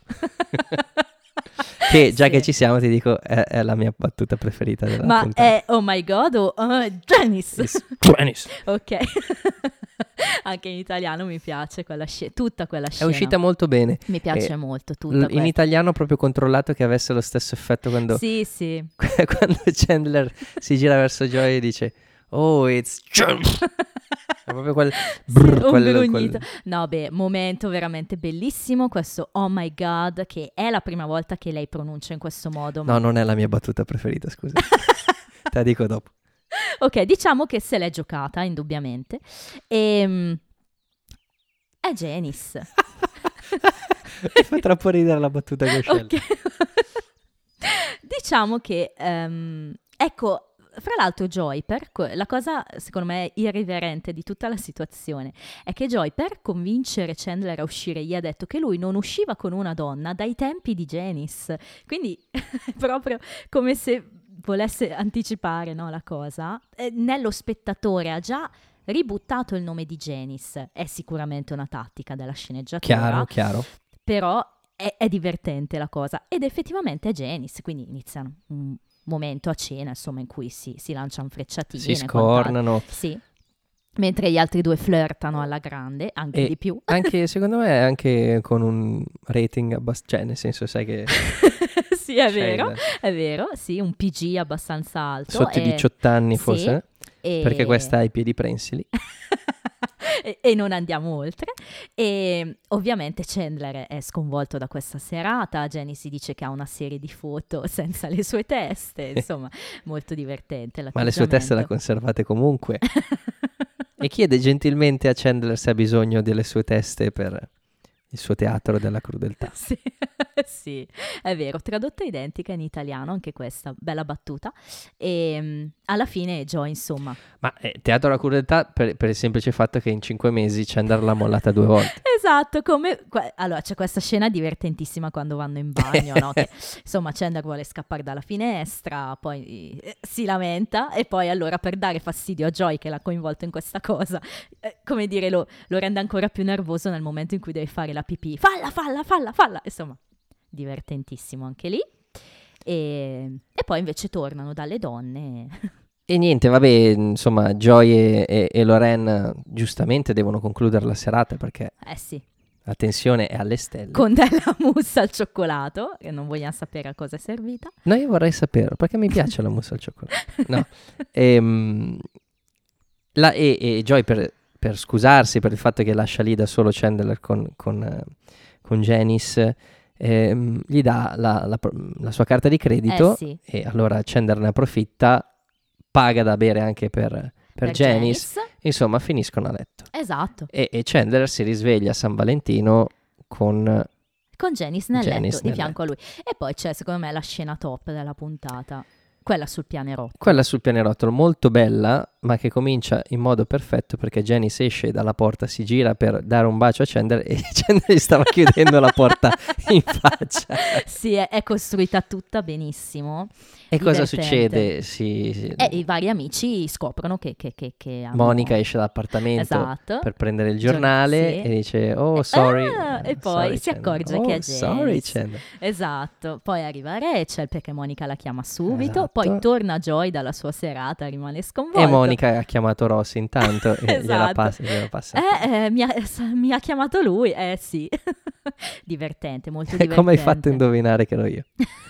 Che già Sì. che ci siamo ti dico è, è la mia battuta preferita della Ma puntata. è oh my god o oh, Janice? It's Janice. Ok. Anche in italiano mi piace quella scena, tutta quella È scena. uscita molto bene. Mi piace Eh, molto L- tutta in questa. italiano ho proprio controllato che avesse lo stesso effetto quando, Sì, sì. quando Chandler si gira verso Joy e dice oh it's Janice. È proprio quel, brr, un quel- grugnito. quel- No, beh, momento veramente bellissimo questo oh my god, che è la prima volta che lei pronuncia in questo modo. ma- No, non è la mia battuta preferita, scusa. Te la dico dopo. Ok, diciamo che se l'è giocata, indubbiamente. E è Janice. Mi fa troppo ridere la battuta che ho scelto. Ok. Diciamo che, ehm, ecco, fra l'altro Joy, per co- la cosa secondo me irriverente di tutta la situazione è che Joy, per convincere Chandler a uscire, gli ha detto che lui non usciva con una donna dai tempi di Janice. Quindi è proprio come se volesse anticipare, no, la cosa. Eh, nello spettatore ha già ributtato il nome di Janice. È sicuramente una tattica della sceneggiatura. Chiaro, chiaro. Però è, è divertente la cosa ed effettivamente è Janice, quindi inizia un momento a cena insomma in cui si, si lanciano frecciatine Si e quant'altro. scornano. Sì, mentre gli altri due flirtano alla grande, anche E di più. Anche, secondo me, anche con un rating abbastanza... Cioè, nel senso, sai che... Sì, è c'è vero, il- è vero, sì, un P G abbastanza alto. Sotto i e- diciotto anni, sì, forse, e- perché questa ha i piedi prensili. e, e non andiamo oltre. E ovviamente Chandler è sconvolto da questa serata, Jenny si dice che ha una serie di foto senza le sue teste, insomma, molto divertente Ma le sue teste la conservate comunque. E chiede gentilmente a Chandler se ha bisogno delle sue teste per il suo teatro della crudeltà. Sì, sì, è vero, tradotta identica in italiano, anche questa, bella battuta. E um, alla fine Joy, insomma. Ma eh, teatro della crudeltà per, per il semplice fatto che in cinque mesi Chandler l'ha mollata due volte. Esatto, come... Allora, c'è questa scena divertentissima quando vanno in bagno, no? Che, insomma, Chandler vuole scappare dalla finestra, poi eh, si lamenta, e poi allora per dare fastidio a Joy, che l'ha coinvolto in questa cosa, eh, come dire, lo, lo rende ancora più nervoso nel momento in cui deve fare la pipì. Falla, falla, falla, falla! Insomma, divertentissimo anche lì. E, e poi invece tornano dalle donne... E niente, vabbè, insomma, Joy e, e, e Lorraine giustamente devono concludere la serata perché eh sì. la tensione è alle stelle. Con della mousse al cioccolato, che non vogliamo sapere a cosa è servita. No, io vorrei saperlo, perché mi piace la mousse al cioccolato. No. E, la, e, e Joy per, per scusarsi per il fatto che lascia lì da solo Chandler con, con, con Janice, ehm, gli dà la, la, la sua carta di credito, eh sì. E allora Chandler ne approfitta, paga da bere anche per, per, per Janice. Janice, insomma finiscono a letto. Esatto. E, e Chandler si risveglia a San Valentino con... Con Janice nel Janice letto, nel di fianco letto. a lui. E poi c'è secondo me la scena top della puntata, quella sul pianerottolo. Quella sul pianerottolo, molto bella, ma che comincia in modo perfetto perché Janice esce dalla porta, si gira per dare un bacio a Chandler e Chandler gli stava chiudendo la porta in faccia. Sì, è, è costruita tutta benissimo. E divertente. cosa succede? Sì, sì. E i vari amici scoprono che, che, che, che hanno... Monica esce dall'appartamento, esatto, per prendere il giornale, sì. E dice oh sorry. Ah, e poi sorry, si Chandler. accorge oh, che è sorry, Janice. Chandler. Esatto, poi arriva Rachel perché Monica la chiama subito, Esatto. Poi torna Joy dalla sua serata, rimane sconvolta. E Monica ha chiamato Ross intanto e esatto. gliela passa, gliela passa. Eh, eh, mi, ha, mi ha chiamato lui, eh sì. Divertente, molto divertente. Come hai fatto a indovinare che ero io?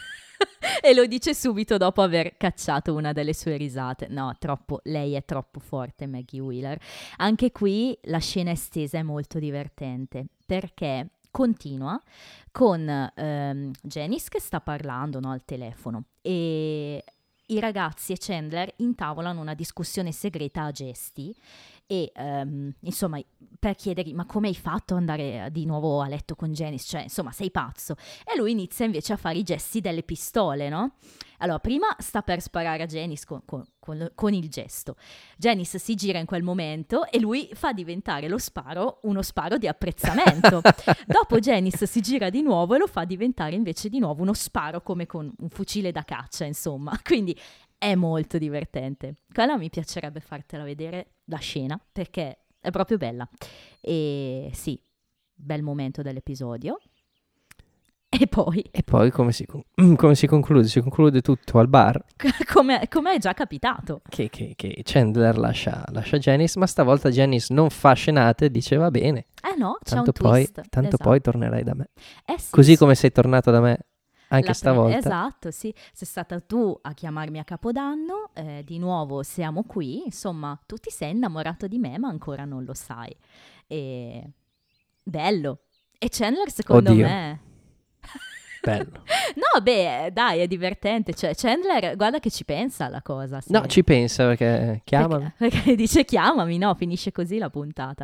E lo dice subito dopo aver cacciato una delle sue risate. No, troppo, lei è troppo forte, Maggie Wheeler. Anche qui la scena estesa è molto divertente perché continua con ehm, Janice che sta parlando, no, al telefono, e i ragazzi e Chandler intavolano una discussione segreta a gesti e um, insomma per chiedergli ma come hai fatto ad andare di nuovo a letto con Janice, cioè insomma sei pazzo, e lui inizia invece a fare i gesti delle pistole, no? Allora prima sta per sparare a Janice con, con, con, con il gesto, Janice si gira in quel momento e lui fa diventare lo sparo uno sparo di apprezzamento. Dopo Janice si gira di nuovo e lo fa diventare invece di nuovo uno sparo come con un fucile da caccia, insomma, quindi è molto divertente. Quella mi piacerebbe fartela vedere, la scena, perché è proprio bella. E sì, bel momento dell'episodio. E poi... E poi come si, come si conclude? Si conclude tutto al bar. come, come è già capitato. Che, che, che Chandler lascia, lascia Janice, ma stavolta Janice non fa scenate e dice va bene. Eh no, c'è tanto un poi, twist. Tanto esatto. poi tornerai da me. Eh sì, Così sì. come sei tornato da me anche La stavolta. Pre- esatto, sì. Sei stata tu a chiamarmi a Capodanno, eh, di nuovo siamo qui, insomma, tu ti sei innamorato di me, ma ancora non lo sai. E... bello. E Chandler, secondo Oddio. me... Bello. No, beh, dai, è divertente. Cioè, Chandler, guarda che ci pensa alla cosa. Sì. No, ci pensa perché chiamami. Perché, perché dice chiamami, no, finisce così la puntata.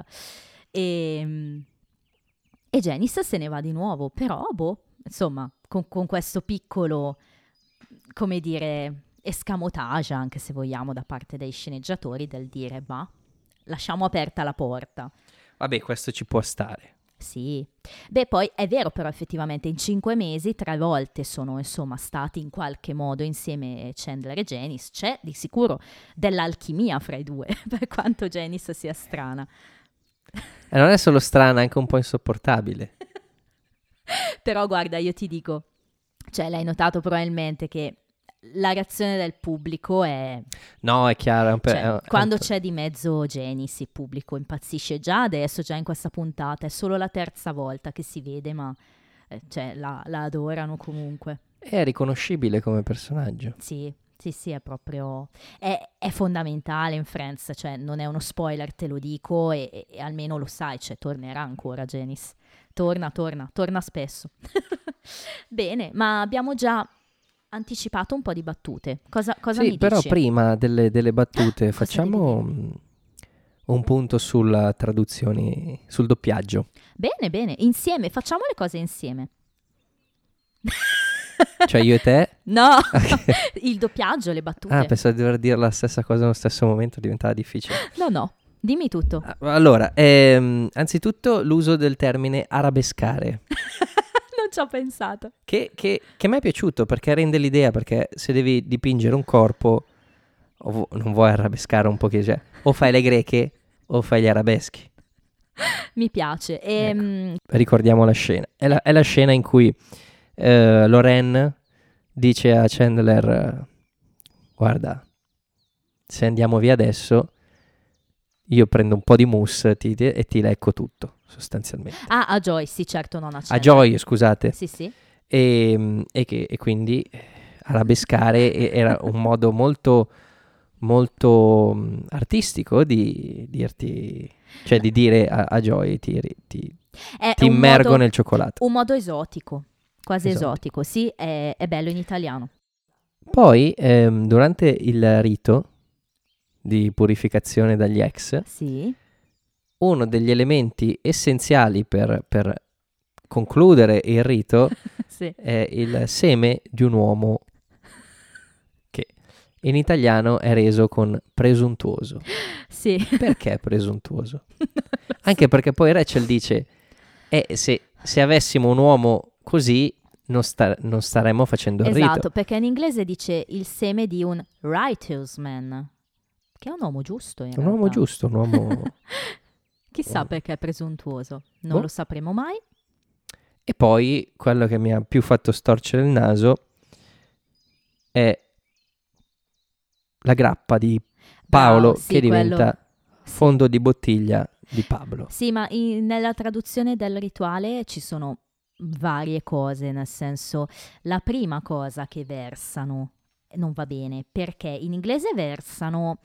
E, e Janice se ne va di nuovo, però, boh, insomma, con, con questo piccolo, come dire, escamotage, anche se vogliamo, da parte dei sceneggiatori, del dire, ma lasciamo aperta la porta. Vabbè, questo ci può stare. Sì, beh poi è vero però effettivamente in cinque mesi tre volte sono insomma stati in qualche modo insieme Chandler e Janice, c'è di sicuro dell'alchimia fra i due, per quanto Janice sia strana. E non è solo strana, è anche un po' insopportabile. Però guarda, io ti dico, cioè l'hai notato probabilmente che la reazione del pubblico è... No, è chiaro. È un pe- cioè, è un- quando è un- c'è di mezzo Janice il pubblico impazzisce già adesso, già in questa puntata, è solo la terza volta che si vede, ma eh, cioè, la, la adorano comunque. È riconoscibile come personaggio. Sì, Sì, sì, è proprio, è, è fondamentale in Friends, cioè non è uno spoiler, te lo dico, e, e- e almeno lo sai, cioè tornerà ancora Janice. Torna, torna, torna spesso. Bene, ma abbiamo già anticipato un po' di battute. Cosa, cosa Sì, mi però dici? prima delle, delle battute Cosa devi facciamo dire? mm, un punto sulla traduzione, sul doppiaggio. Bene, bene, insieme, facciamo le cose insieme. Cioè io e te. No, Ok. il doppiaggio, le Ah, battute. pensavo di dover dire la stessa cosa nello stesso momento, diventava difficile. No, no, dimmi tutto. Ah, Allora, ehm, anzitutto l'uso del termine arabescare, Non ci ho pensato. che, che, che mi è piaciuto perché rende l'idea, perché se devi dipingere un corpo, o vo- non vuoi arabescare un po' che cioè, o fai le greche o fai gli arabeschi. Mi piace. Ecco. Ehm, Ricordiamo la scena. È la, è la scena in cui eh, Lorraine dice a Chandler, eh, guarda, se andiamo via adesso, io prendo un po' di mousse ti- ti- e ti lecco tutto, sostanzialmente. ah, a Joy, sì, certo, non a A Chandler. Joy, scusate. Sì, sì. E, e che, e quindi eh, arabescare e- era un modo molto, molto mh, artistico di dirti, cioè di dire a, a Joy ti, ri- ti, È ti un immergo modo, nel cioccolato. un modo esotico, quasi Esotico. esotico. Sì, è, è bello in italiano. Poi, ehm, durante il rito di purificazione dagli ex, Sì. uno degli elementi essenziali per, per concludere il rito Sì. è il seme di un uomo che in italiano è reso con presuntuoso. Sì. Perché presuntuoso? Non lo so. Anche perché poi Rachel dice, eh, se, se avessimo un uomo così non, sta- non staremmo facendo il Esatto, rito. perché in inglese dice il seme di un righteous man, che è un uomo giusto in Un realtà. uomo giusto, un uomo... Chissà un- perché è presuntuoso, non boh. lo sapremo mai. E poi quello che mi ha più fatto storcere il naso è la grappa di Paolo Bravo, sì, che diventa quello. Sì. fondo di bottiglia di Pablo. Sì, ma in- nella traduzione del rituale ci sono varie cose, nel senso, la prima cosa che versano non va bene, perché in inglese versano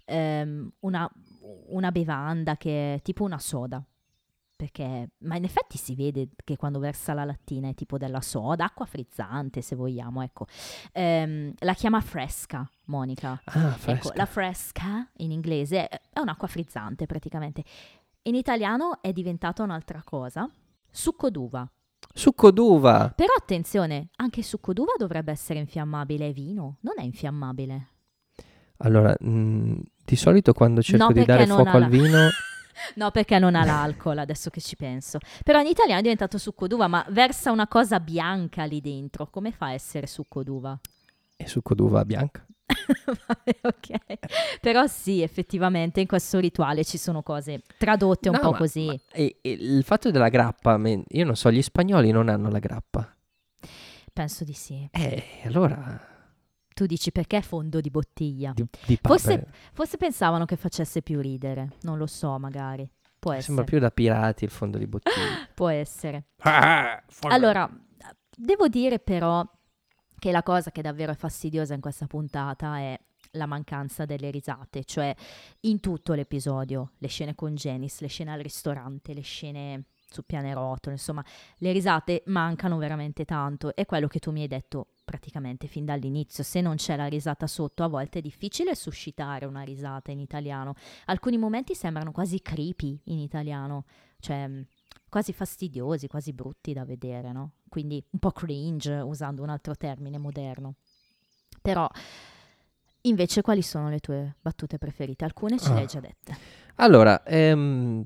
ehm, una, una bevanda che è tipo una soda, perché, ma in effetti si vede che quando versa la lattina è tipo della soda, acqua frizzante se vogliamo, ecco. Ehm, la chiama fresca, Monica. Ah, Ecco, fresca. la fresca in inglese è un'acqua frizzante praticamente. In italiano è diventata un'altra cosa, succo d'uva. Succo d'uva. Però attenzione, anche il succo d'uva dovrebbe essere infiammabile, è vino, non è infiammabile. Allora, mh, di solito quando cerco No, di perché dare non fuoco ha al la- vino... No, perché non ha l'alcol, adesso che ci penso. Però in italiano è diventato succo d'uva, ma versa una cosa bianca lì dentro. Come fa a essere succo d'uva? È succo d'uva bianca. Vabbè, ok. Però sì, effettivamente in questo rituale ci sono cose tradotte un No, po' ma- così. ma- e- e il fatto della grappa, me- io non so, gli spagnoli non hanno la grappa. Penso di sì. Eh, allora... Tu dici perché fondo di bottiglia? Di, di Forse, Pablo. forse pensavano che facesse più ridere, non lo so, magari. Può essere. Sembra più da pirati il fondo di bottiglia. Può essere. Ah, Allora, devo dire però che la cosa che davvero è fastidiosa in questa puntata è la mancanza delle risate, cioè in tutto l'episodio, le scene con Janice, le scene al ristorante, le scene sul pianerottolo, insomma, le risate mancano veramente tanto. È quello che tu mi hai detto praticamente fin dall'inizio, se non c'è la risata sotto a volte è difficile suscitare una risata in italiano. Alcuni momenti sembrano quasi creepy in italiano, cioè mh, quasi fastidiosi, quasi brutti da vedere, no? Quindi un po' cringe, usando un altro termine moderno. Però invece quali sono le tue battute preferite? Alcune ce le hai Ah. già dette. Allora, ehm,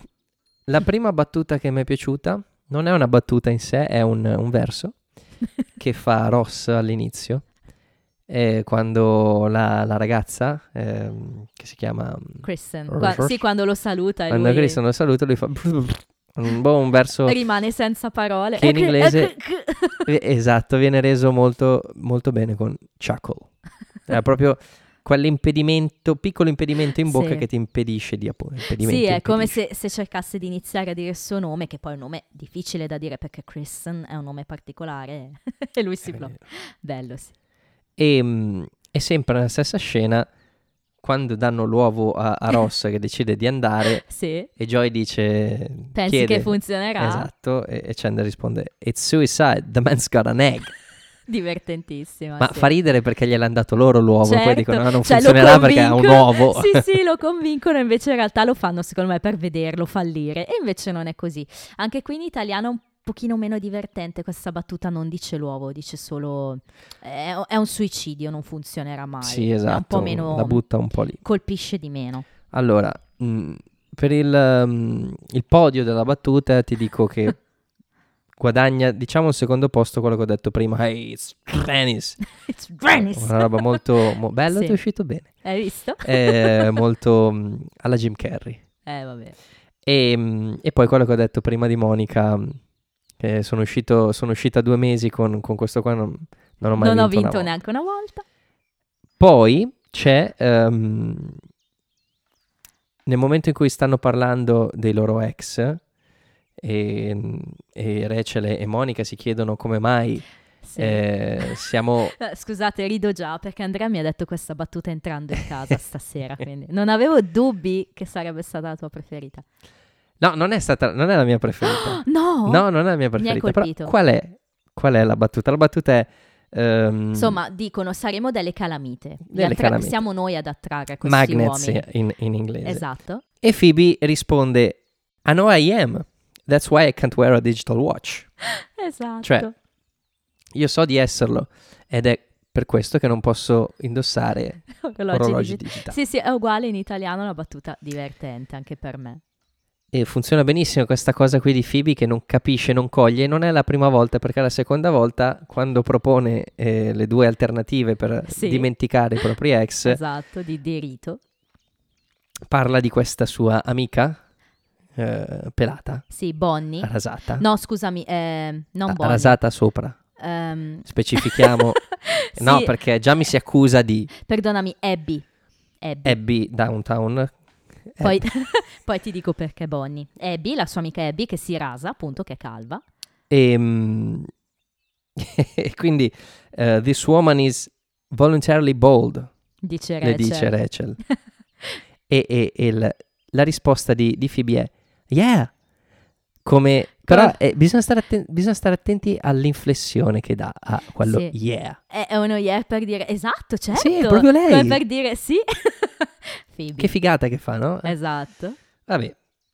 la prima battuta che mi è piaciuta non è una battuta in sé, è un, un verso che fa Ross all'inizio, eh, quando la, la ragazza, ehm, che si chiama... Kristen, Ross- Qua- sì, quando lo saluta e Quando lui Kristen lo saluta, lui fa... Un, boh, un verso rimane senza parole. che in Eh, che- inglese- eh, che- che- eh, esatto, viene reso molto, molto bene con chuckle. È proprio quell'impedimento, piccolo impedimento in bocca Sì. che ti impedisce di appunto. impedimento Sì, è come impedisce. se, se cercasse di iniziare a dire il suo nome, che poi è un nome difficile da dire perché Kristen è un nome particolare e lui si È blocca. vero. Bello, sì. E, mm, E sempre nella stessa scena, quando danno l'uovo a, a Ross che decide di andare, sì. e Joy dice... Pensi chiede, che funzionerà? Esatto, e, e Chandler risponde, it's suicide, the man's got an egg. Divertentissima. Ma sì. fa ridere perché gliel'hanno dato loro l'uovo, certo. poi dicono no, non cioè, funzionerà perché ha un uovo. Sì, sì, lo convincono, invece in realtà lo fanno secondo me per vederlo fallire, e invece non è così. Anche qui in italiano è un pochino meno divertente questa battuta, non dice l'uovo, dice solo è, è un suicidio, non funzionerà mai. Sì, è esatto, un po' meno, la butta un po' lì. Colpisce di meno. Allora, mh, per il, um, il podio della battuta ti dico che guadagna, diciamo, il secondo posto quello che ho detto prima. Hey, it's Dennis. It's Dennis. Una roba molto mo- bello, Sì. ti è uscito bene. Hai visto? È molto mh, alla Jim Carrey. Eh, vabbè. E, mh, e poi quello che ho detto prima di Monica, mh, che sono uscito, sono uscita due mesi con, con questo qua, non, non ho mai Non vinto ho vinto una neanche una volta. Poi c'è um, nel momento in cui stanno parlando dei loro ex, e, e Rachel e Monica si chiedono come mai Sì. eh, siamo... Eh, Scusate, rido già perché Andrea mi ha detto questa battuta entrando in casa stasera, quindi non avevo dubbi che sarebbe stata la tua preferita. No, non è stata, non è la mia preferita. No? No, non è la mia Mi hai preferita. colpito. Però qual è, qual è la battuta? La battuta è... ehm, Insomma, dicono saremo delle calamite. Li Delle attra- calamite. Siamo noi ad attrarre questi Magnets uomini. in, in inglese. Esatto. E Phoebe risponde, I know I am. That's why I can't wear a digital watch. Esatto. Cioè, io so di esserlo ed è per questo che non posso indossare orologi, orologi digi- digitali. Sì, sì, è uguale in italiano, una battuta divertente anche per me. E funziona benissimo questa cosa qui di Phoebe che non capisce, non coglie. Non è la prima volta, perché la seconda volta, quando propone eh, le due alternative per Sì. dimenticare i propri ex, Esatto, di derito. parla di questa sua amica eh, pelata, Sì, Bonnie. rasata. No, scusami, eh, non Ah, Bonnie. rasata sopra. Ehm, Specifichiamo. sì, No, perché già mi si accusa di Perdonami, Abby. Abby. Abby Downtown. Poi, Abby. poi ti dico perché Bonnie. Abby, la sua amica Abby, che si rasa, appunto, che è calva. E, mm, e quindi uh, this woman is voluntarily bold, Dice le Rachel. dice Rachel. e e, e la, la risposta di, di Phoebe è yeah. Come, però Però- eh, bisogna, stare atten- bisogna stare attenti all'inflessione che dà a quello Sì. yeah. È, è uno yeah per dire esatto, certo. Sì, è proprio lei. Come per dire sì. Phoebe. Che figata che fa, no? Esatto. Vabbè.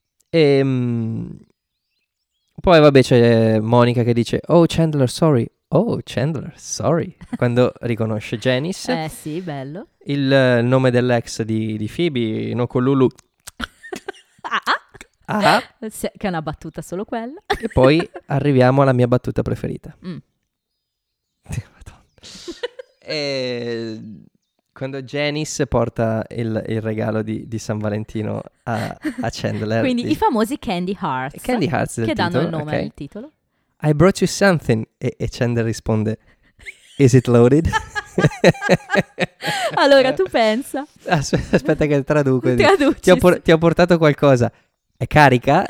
Ehm, poi vabbè c'è Monica che dice oh Chandler sorry. Oh Chandler sorry. Quando riconosce Janice. Eh sì, bello. Il eh, nome dell'ex di, di Phoebe, no con Lulu. Ah, ah. Ah, Se- che è una battuta solo quella. e poi arriviamo alla mia battuta preferita. Mm. Madonna. E quando Janice porta il, il regalo di, di San Valentino a, a Chandler. Quindi di- i famosi Candy Hearts. Candy Hearts del che danno titolo, il nome ok. al titolo. I brought you something. E, e Chandler risponde is it loaded? Allora tu pensa. As- aspetta che traduco. Traduci, Ti ho, por- sì. ti ho portato qualcosa. È carica?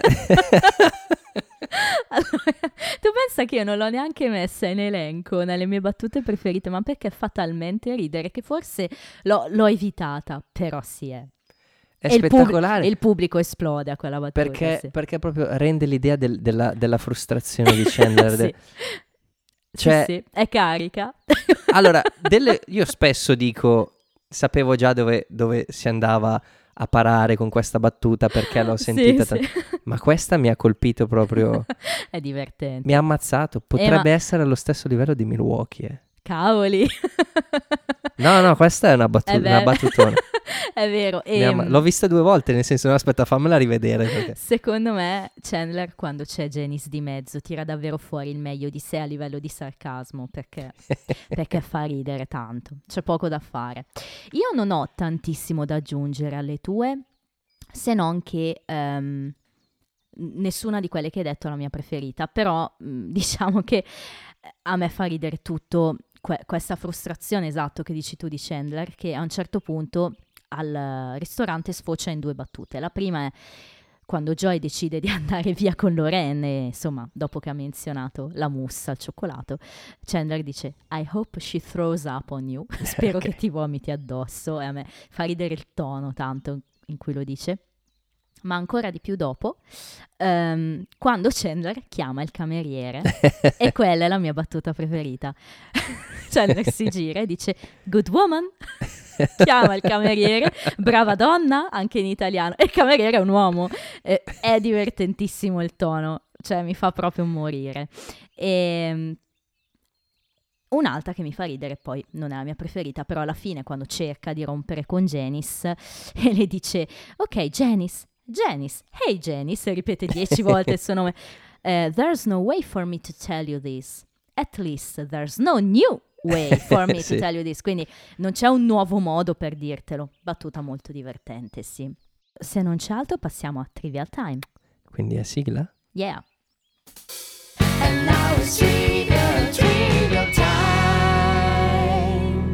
Allora, tu pensa che io non l'ho neanche messa in elenco nelle mie battute preferite, ma perché fa talmente ridere che forse l'ho, l'ho evitata, però sì è. È E il pub- spettacolare. e il pubblico esplode a quella battuta. Perché, sì. perché proprio rende l'idea del- della, della frustrazione di Chandler. Sì. de- Sì, Cioè, sì, è carica. allora, delle- io spesso dico, sapevo già dove, dove si andava a parare con questa battuta perché l'ho Sì, sentita, sì. tan- ma questa mi ha colpito proprio, È divertente. mi ha ammazzato. Potrebbe ma- essere allo stesso livello di Milwaukee. eh. Cavoli. No, no, questa è una, battu- È una vero. battutona. È vero. Mi E, ha amma- L'ho vista due volte, nel senso, no, aspetta, fammela rivedere. Perché... secondo me Chandler, quando c'è Janice di mezzo, tira davvero fuori il meglio di sé a livello di sarcasmo, perché, perché fa ridere tanto. C'è poco da fare. Io non ho tantissimo da aggiungere alle tue, se non che ehm, nessuna di quelle che hai detto è la mia preferita, però mh, diciamo che a me fa ridere tutto que- questa frustrazione, esatto, che dici tu di Chandler, che a un certo punto al ristorante sfocia in due battute. La prima è Quando Joy decide di andare via con Lorraine, insomma, dopo che ha menzionato la mousse al cioccolato, Chandler dice I hope she throws up on you. Spero okay. che ti vomiti addosso. E a me fa ridere il tono tanto in cui lo dice. Ma ancora di più dopo, um, quando Chandler chiama il cameriere, e quella è la mia battuta preferita. Chandler si gira e dice good woman. Chiama il cameriere, brava donna, anche in italiano, e il cameriere è un uomo. Eh, è divertentissimo il tono, cioè mi fa proprio morire. E un'altra che mi fa ridere, poi non è la mia preferita, però alla fine quando cerca di rompere con Janice e le dice ok Janice, Janice, hey Janice, e ripete dieci volte il suo nome. Uh, there's no way for me to tell you this. At least there's no new way for me sì. to tell you this. Quindi non c'è un nuovo modo per dirtelo. Battuta molto divertente, sì. Se non c'è altro passiamo a Trivial Time. Quindi è sigla? Yeah. And now it's Trivial, Trivial Time.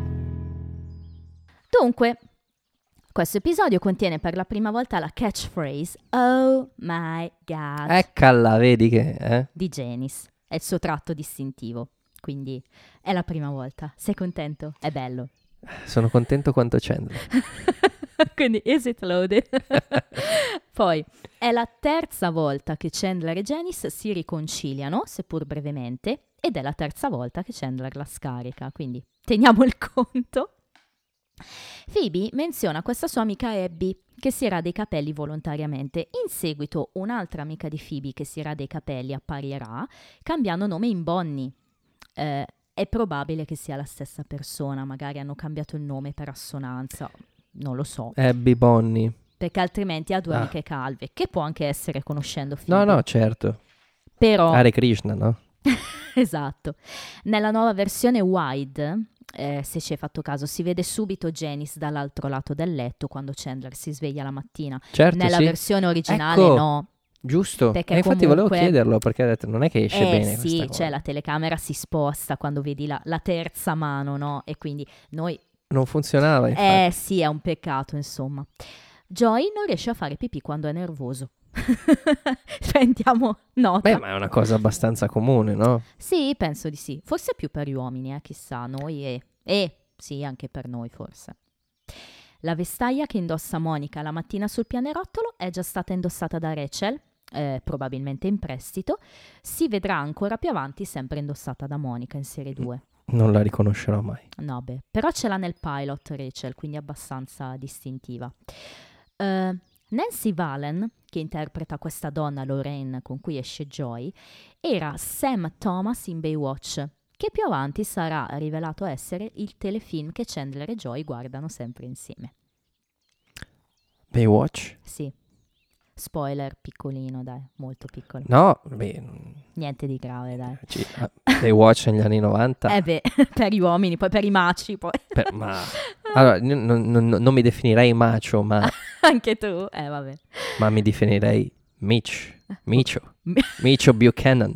Dunque, questo episodio contiene per la prima volta la catchphrase Oh my God. Eccola, vedi che... Eh? Di Janice. È il suo tratto distintivo. Quindi è la prima volta. Sei contento? È bello. Sono contento quanto Chandler. Quindi is it loaded? Poi è la terza volta che Chandler e Janice si riconciliano, seppur brevemente, ed è la terza volta che Chandler la scarica. Quindi teniamo il conto. Phoebe menziona questa sua amica Abby che si rade i capelli volontariamente. In seguito un'altra amica di Phoebe che si rade i capelli apparirà cambiando nome in Bonnie. Eh, è probabile che sia la stessa persona, magari hanno cambiato il nome per assonanza, non lo so. Abby Bonnie. Perché altrimenti ha due ah. amiche calve, che può anche essere conoscendo Phoebe. No, no, certo. Però... Hare Krishna, no? Esatto. Nella nuova versione wide... Eh, se ci hai fatto caso, si vede subito Janice dall'altro lato del letto quando Chandler si sveglia la mattina. Certo, Nella sì. versione originale ecco, no. Giusto, perché e infatti comunque... volevo chiederlo perché ha detto non è che esce eh, bene sì, questa cioè cosa. la telecamera si sposta quando vedi la, la terza mano, no? E quindi noi... Non funzionava, infatti. Eh sì, è un peccato, insomma. Joy non riesce a fare pipì quando è nervoso. Prendiamo nota. Beh, ma è una cosa abbastanza comune, no? Sì, penso di sì. Forse più per gli uomini, eh, chissà, noi e... e sì, anche per noi forse. La vestaglia che indossa Monica la mattina sul pianerottolo è già stata indossata da Rachel, eh, probabilmente in prestito. Si vedrà ancora più avanti sempre indossata da Monica in serie due. Non la riconoscerò mai. No, beh, però ce l'ha nel pilot Rachel, quindi abbastanza distintiva. Uh, Nancy Valen, che interpreta questa donna Lorraine con cui esce Joy, era Sam Thomas in Baywatch, che più avanti sarà rivelato essere il telefilm che Chandler e Joy guardano sempre insieme. Baywatch? Sì. Spoiler piccolino, dai, molto piccolo. No, beh... Niente di grave, dai. Ci, uh, Baywatch negli anni novanta? Eh beh, per gli uomini, poi per i maci, poi. Per, ma... Allora, n- n- n- non mi definirei macho, ma... Anche tu? Eh, vabbè. Ma mi definirei Mitch. Micio. Micio Buchanan.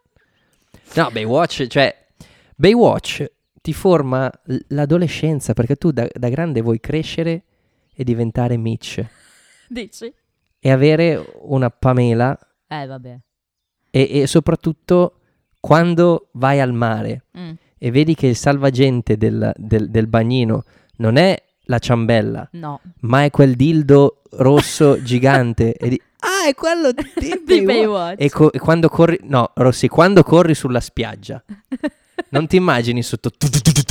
No, Baywatch, cioè... Baywatch ti forma l'adolescenza, perché tu da, da grande vuoi crescere e diventare Mitch. Dici? E avere una Pamela. Eh, vabbè. E, e soprattutto quando vai al mare Mm. e vedi che il salvagente del, del, del bagnino non è la ciambella, No. ma è quel dildo rosso gigante. E di, ah, è quello di Di Baywatch. Baywatch. E, co- e quando corri, no, Rossi, quando corri sulla spiaggia, non ti immagini sotto... tu, tu, tu, tu, tu.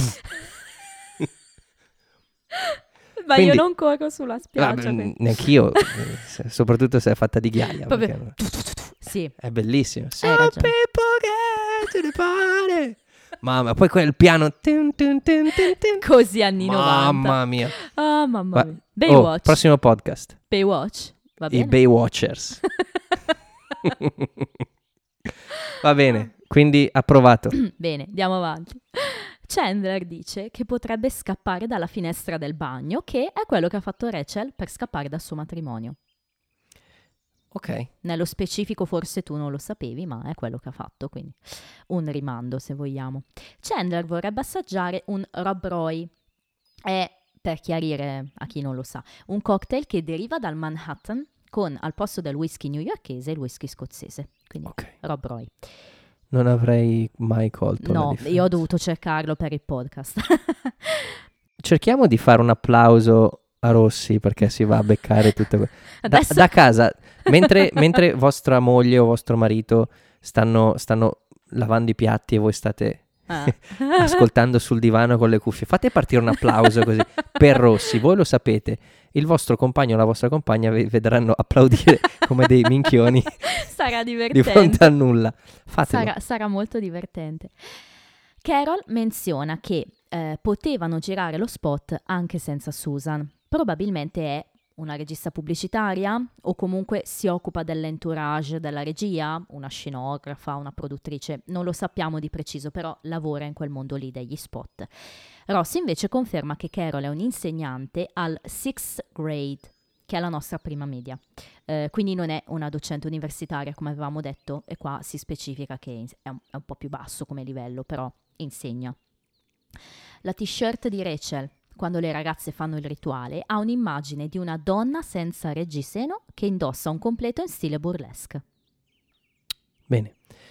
Ma Quindi- io non corro sulla spiaggia. Ah, quindi- neanch'io, eh, se- soprattutto se è fatta di ghiaia. Proprio- perché- Sì, È bellissimo. Hai Some ragione. people get to the party. Mamma, poi quel piano. Tun, tun, tun, tun, tun. così anni novanta. Mamma mia. Ah, mamma Va- mia. Oh, Baywatch. prossimo podcast. Baywatch. Va I bene. Baywatchers. Va bene, quindi approvato. Bene, andiamo avanti. Chandler dice che potrebbe scappare dalla finestra del bagno, che è quello che ha fatto Rachel per scappare dal suo matrimonio. Ok. Nello specifico forse tu non lo sapevi, ma è quello che ha fatto, quindi un rimando se vogliamo. Chandler vorrebbe assaggiare un Rob Roy. È, per chiarire a chi non lo sa, un cocktail che deriva dal Manhattan con al posto del whisky newyorkese il whisky scozzese. Quindi Ok. Rob Roy. Non avrei mai colto la No, differenza. io ho dovuto cercarlo per il podcast. Cerchiamo di fare un applauso a Rossi perché si va a beccare tutto que- da, Adesso- da casa, mentre, mentre vostra moglie o vostro marito stanno, stanno lavando i piatti e voi state Ah. ascoltando sul divano con le cuffie. Fate partire un applauso così per Rossi, voi lo sapete. Il vostro compagno o la vostra compagna vi vedranno applaudire come dei minchioni Sarà di divertente. fronte a nulla. Fatelo. Sarà, sarà molto divertente. Carol menziona che eh, potevano girare lo spot anche senza Susan. Probabilmente è una regista pubblicitaria o comunque si occupa dell'entourage della regia, una scenografa, una produttrice, non lo sappiamo di preciso, però lavora in quel mondo lì degli spot. Ross invece conferma che Carol è un'insegnante al sixth grade, che è la nostra prima media. Eh, quindi non è una docente universitaria come avevamo detto, e qua si specifica che è un, è un po' più basso come livello, però insegna. La t-shirt di Rachel, quando le ragazze fanno il rituale, ha un'immagine di una donna senza reggiseno che indossa un completo in stile burlesque. Bene.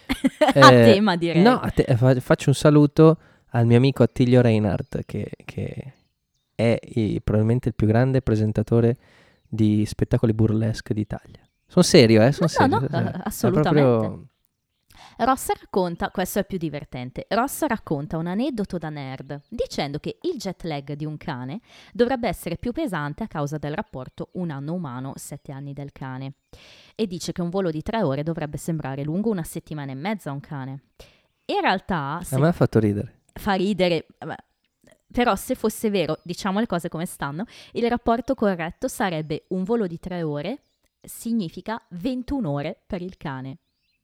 A Eh, tema, direi. No, a te- eh, fa- faccio un saluto al mio amico Attilio Reinhardt, che, che è i- probabilmente il più grande presentatore di spettacoli burlesque d'Italia. Sono serio, eh? Sono No, no, serio. no, eh. È assolutamente. proprio- Ross racconta, questo è più divertente, Ross racconta un aneddoto da nerd, dicendo che il jet lag di un cane dovrebbe essere più pesante a causa del rapporto un anno umano, sette anni del cane. E dice che un volo di tre ore dovrebbe sembrare lungo una settimana e mezza a un cane. In realtà, se A me ha fatto ridere. fa ridere, beh, però se fosse vero, diciamo le cose come stanno, il rapporto corretto sarebbe un volo di tre ore, significa ventuno ore per il cane.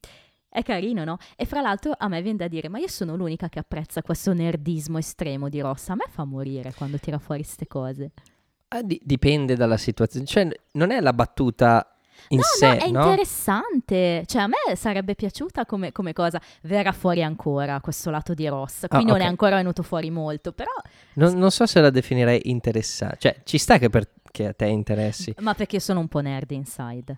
È carino, no? E fra l'altro a me viene da dire, ma io sono l'unica che apprezza questo nerdismo estremo di Ross. A me fa morire quando tira fuori ste cose. Ah, di- dipende dalla situazione. Cioè, non è la battuta in no, sé, no, è no? interessante. Cioè, a me sarebbe piaciuta come, come cosa. Verrà fuori ancora questo lato di Ross. Qui Ah, non ok. è ancora venuto fuori molto, però... Non, non so se la definirei interessante. Cioè, ci sta che, per- che a te interessi. Ma perché io sono un po' nerd inside.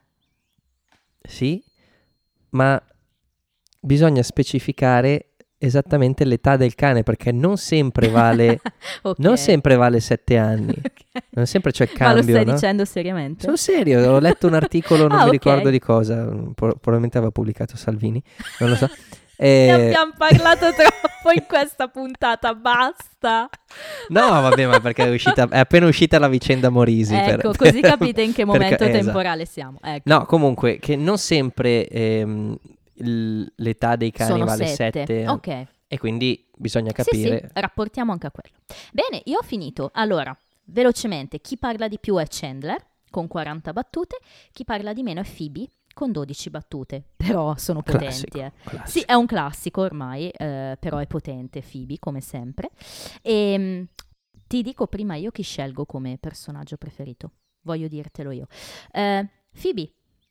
Sì, ma bisogna specificare esattamente l'età del cane, perché non sempre vale, Ok. non sempre vale sette anni. Ok. Non sempre c'è Ma lo cambio, stai no? dicendo seriamente? Sono serio, ho letto un articolo, non Ah, mi ok. ricordo di cosa, pro- probabilmente aveva pubblicato Salvini, non lo so. Ne Eh, abbiamo parlato troppo in questa puntata, basta. no, vabbè, ma perché è, uscita, è appena uscita la vicenda Morisi. per- Ecco, così per- capite in che perché- momento esatto. temporale siamo. Ecco. No, comunque, che non sempre ehm, l- l'età dei cani Sono vale sette. sette, Ok. e quindi bisogna Sì, capire. sì, rapportiamo anche a quello. Bene, io ho finito. Allora, velocemente, chi parla di più è Chandler, con quaranta battute, chi parla di meno è Phoebe, con dodici battute. Però sono potenti, Classico, eh. classico. Sì, è un classico ormai, eh, però è potente Phoebe, come sempre. E ti dico prima io chi scelgo come personaggio preferito. Voglio dirtelo io. Eh, Phoebe.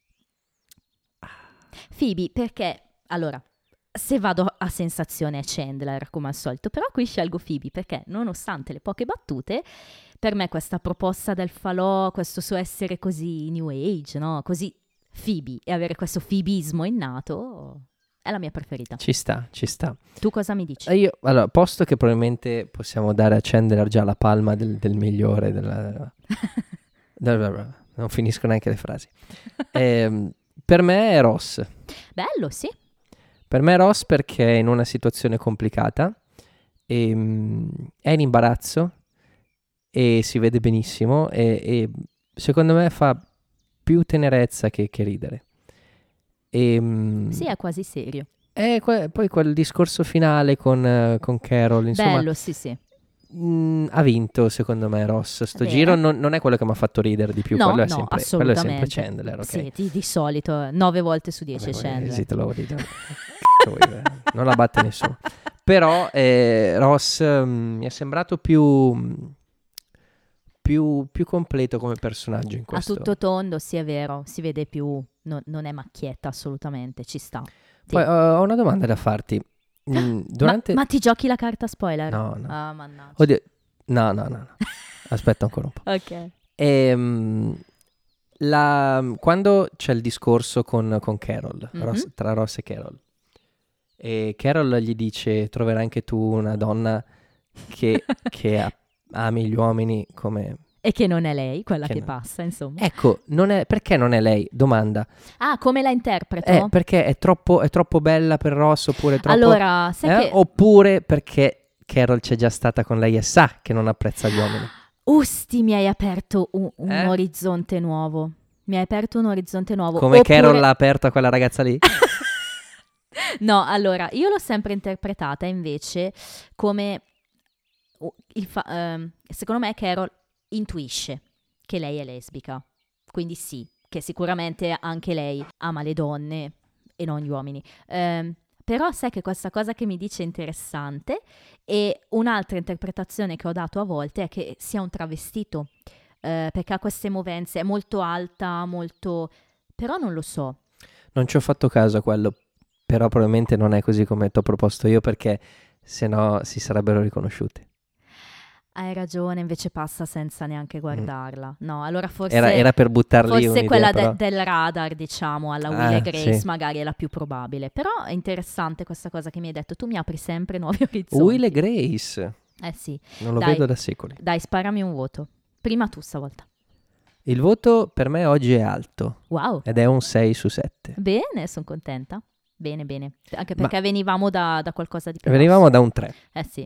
Phoebe, perché, allora, se vado a sensazione è Chandler, come al solito, però qui scelgo Phoebe, perché nonostante le poche battute, per me questa proposta del falò, questo suo essere così new age, no? Così Phoebe, e avere questo Phoebismo innato, è la mia preferita. Ci sta, ci sta. Tu cosa mi dici? E io, allora, posto che probabilmente possiamo dare a Chandler già la palma del, del migliore, della... non finisco neanche le frasi. Ehm, per me è Ross. Bello, sì. Per me è Ross perché è in una situazione complicata, e, mm, è in imbarazzo e si vede benissimo, e, e secondo me fa più tenerezza che, che ridere. E, mm, Sì, è quasi serio. e que- poi quel discorso finale con, eh, con Carol, insomma, Bello, sì, sì. mm, ha vinto secondo me Ross. Sto Bene. giro non, non è quello che mi ha fatto ridere di più, No, quello, è no, sempre, quello è sempre assolutamente. Chandler, ok? Sì, di, di solito, nove volte su dieci è Vabbè, Chandler. zitto, lo voglio dire. Cazzo vuoi, eh? Non la batte nessuno. Però eh, Ross mm, mi è sembrato più, più, più completo come personaggio in A questo. tutto tondo, sì, è vero, si vede più, no- non è macchietta assolutamente, ci sta. Sì. Poi eh, ho una domanda da farti. Mm, durante... Ma, ma ti giochi la carta spoiler? No, no. Ah, mannaggia. Oddio, no, no, no, no. Aspetta ancora un po'. Ok. Ehm, la- quando c'è il discorso con, con Carol, Mhm. Ross- tra Ross e Carol, e Carol gli dice troverai anche tu una donna che, che a- ami gli uomini come... E che non è lei, quella Che che, no. passa, insomma. Ecco, non è, perché non è lei? Domanda. Ah, come la interpreto? Eh, perché è troppo, è troppo bella per Ross oppure è troppo... allora, sai eh? che... Oppure perché Carol c'è già stata con lei e sa che non apprezza gli uomini. Usti, mi hai aperto un, un Eh? orizzonte nuovo. Mi hai aperto un orizzonte nuovo. Come Oppure- Carol l'ha aperto a quella ragazza lì? No, allora, io l'ho sempre interpretata invece come... u- il fa- ehm, secondo me Carol intuisce che lei è lesbica. Quindi sì, che sicuramente anche lei ama le donne e non gli uomini. Ehm, però sai che questa cosa che mi dice interessante e un'altra interpretazione che ho dato a volte è che sia un travestito, eh, perché ha queste movenze, è molto alta, molto... però non lo so. Non ci ho fatto caso a quello, però probabilmente non è così come ti ho proposto io perché se no si sarebbero riconosciuti. Hai ragione, invece passa senza neanche guardarla. No, allora forse... Era, era per buttar lì Forse un'idea, quella de- però. del radar, diciamo, alla Ah, Will e Grace sì. magari è la più probabile. Però è interessante questa cosa che mi hai detto. Tu mi apri sempre nuovi orizzonti. Will e Grace, Eh sì. non lo Dai. vedo da secoli. Dai, sparami un voto. Prima tu stavolta. Il voto per me oggi è alto Wow. ed è un sei su sette. Bene, sono contenta. Bene, bene. Anche Ma- perché venivamo da, da qualcosa di più Venivamo basso. da un tre, Eh sì.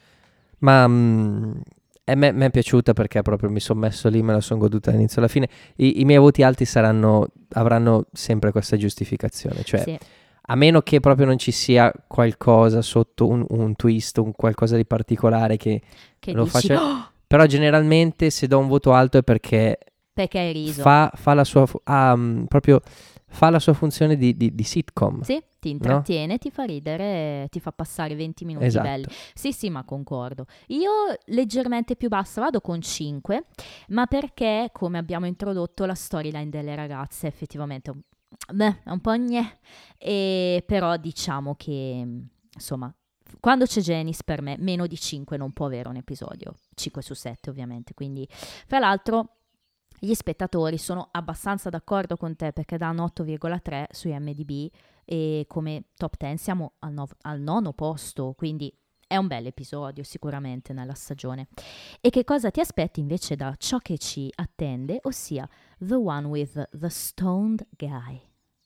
ma mm, a me mi è piaciuta perché proprio mi sono messo lì, me la sono goduta dall'inizio alla fine. I, i miei voti alti saranno, avranno sempre questa giustificazione, cioè sì. a meno che proprio non ci sia qualcosa sotto, un, un twist, un qualcosa di particolare che Che lo dici? faccia... "Oh!" Però generalmente se do un voto alto è perché Perché hai riso. fa, fa la sua fu- ha, mm, proprio fa la sua funzione di, di- di sitcom. Sì, ti intrattiene, ti fa ridere, ti fa passare venti minuti Esatto. belli. Sì, sì, ma concordo. Io leggermente più bassa vado con cinque, ma perché, come abbiamo introdotto, la storyline delle ragazze effettivamente è un, beh, è un po' gnè, e però diciamo che, insomma, quando c'è Janice per me meno di cinque non può avere un episodio, cinque su sette ovviamente, quindi fra l'altro... Gli spettatori sono abbastanza d'accordo con te perché danno otto virgola tre su I M D B e come top dieci siamo al, nov- al nono posto, quindi è un bel episodio sicuramente nella stagione. E che cosa ti aspetti invece da ciò che ci attende, ossia The One with the Stoned Guy?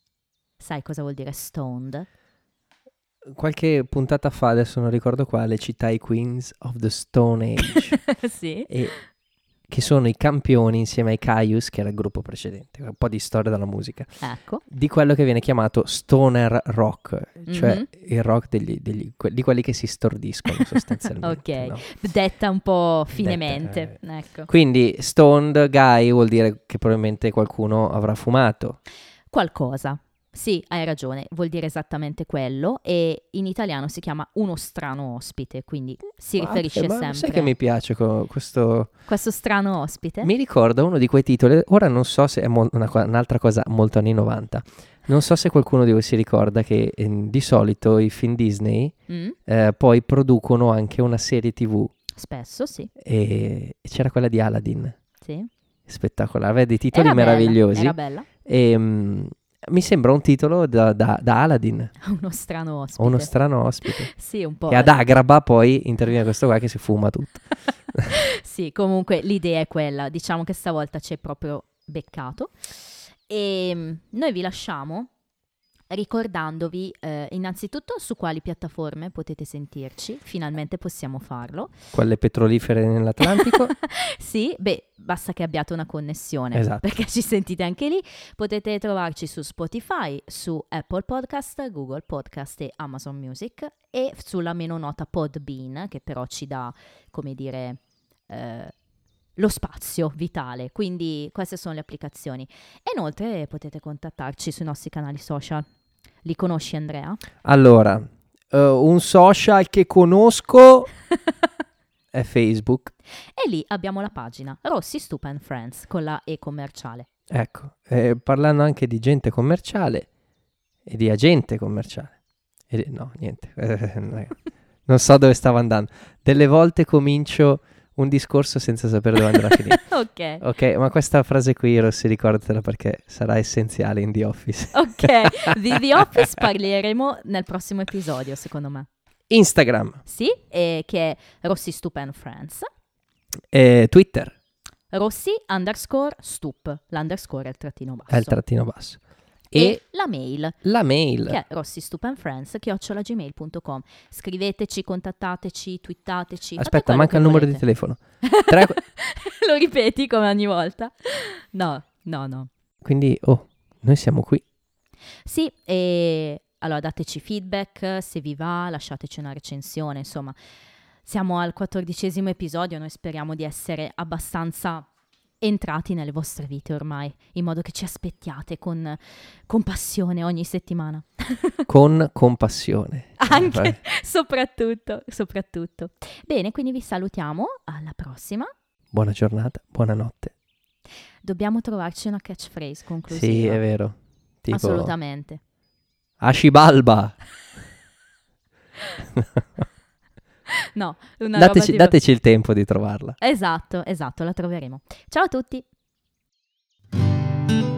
Sai cosa vuol dire stoned? Qualche puntata fa, adesso non ricordo quale, citai i Queens of the Stone Age, Sì. e, che sono i campioni insieme ai Caius, che era il gruppo precedente, un po' di storia della musica, Ecco. di quello che viene chiamato stoner rock, cioè Mhm. il rock degli, degli- que- di quelli che si stordiscono sostanzialmente. Ok. no? Detta un po' Detta, finemente. Ecco. Quindi stoned guy vuol dire che probabilmente qualcuno avrà fumato. Qualcosa. Sì, hai ragione, vuol dire esattamente quello e in italiano si chiama uno strano ospite, quindi si Ma- riferisce ma sempre sai che mi piace co- questo... questo strano ospite. Mi ricorda uno di quei titoli, ora non so se è mo- una co- un'altra cosa molto anni novanta, non so se qualcuno di voi si ricorda che eh, di solito i film Disney Mm? eh, poi producono anche una serie tivù Spesso, sì, e e c'era quella di Aladdin, sì. spettacolare, aveva dei titoli Era bella, meravigliosi era bella. e mm, mi sembra un titolo da, da- da Aladdin, Uno strano ospite. o uno strano ospite. Sì, un po'. E ad Agraba poi interviene questo qua che si fuma tutto. Sì, comunque l'idea è quella, diciamo che stavolta ci è proprio beccato. E mm, noi vi lasciamo ricordandovi eh, innanzitutto su quali piattaforme potete sentirci, finalmente possiamo farlo. Quelle petrolifere nell'Atlantico. Sì, beh, basta che abbiate una connessione, Esatto. perché ci sentite anche lì. Potete trovarci su Spotify, su Apple Podcast, Google Podcast e Amazon Music e sulla meno nota Podbean, che però ci dà, come dire, eh, lo spazio vitale. Quindi queste sono le applicazioni. E inoltre potete contattarci sui nostri canali social. Li conosci, Andrea? Allora, eh, un social che conosco è Facebook. E lì abbiamo la pagina Rossi Stupa and Friends con la E commerciale. Ecco, eh, parlando anche di gente commerciale e di agente commerciale. E di- no, niente, eh, non so dove stavo andando. Delle volte comincio un discorso senza sapere dove andrà a finire. Ok. Ok, ma questa frase qui, Rossi, ricordatela perché sarà essenziale in The Office. Ok, di The Office parleremo nel prossimo episodio, secondo me. Instagram, Sì, e che è Rossi Stup and Friends. eh, Twitter, Rossi underscore Stup. L'underscore è il trattino basso. è il trattino basso. E, E la mail, la mail. che è rossistupandfriends chiocciola gmail punto com. Scriveteci, contattateci, twittateci. fate Aspetta, quello manca che il numero di volete. telefono. Tre- Lo ripeti come ogni volta? No, no, no. Quindi, oh, noi siamo qui. Sì, e allora dateci feedback, se vi va, lasciateci una recensione, insomma. Siamo al quattordicesimo episodio, noi speriamo di essere abbastanza entrati nelle vostre vite ormai, in modo che ci aspettiate con, con passione ogni settimana. Con compassione. Anche, soprattutto, soprattutto. Bene, quindi vi salutiamo, alla prossima. Buona giornata, buonanotte. Dobbiamo trovarci una catchphrase conclusiva. Sì, è vero. Tipo, Assolutamente. Ascibalba. No, una dateci, roba tipo- dateci il tempo di trovarla. Esatto, esatto, la troveremo. Ciao a tutti.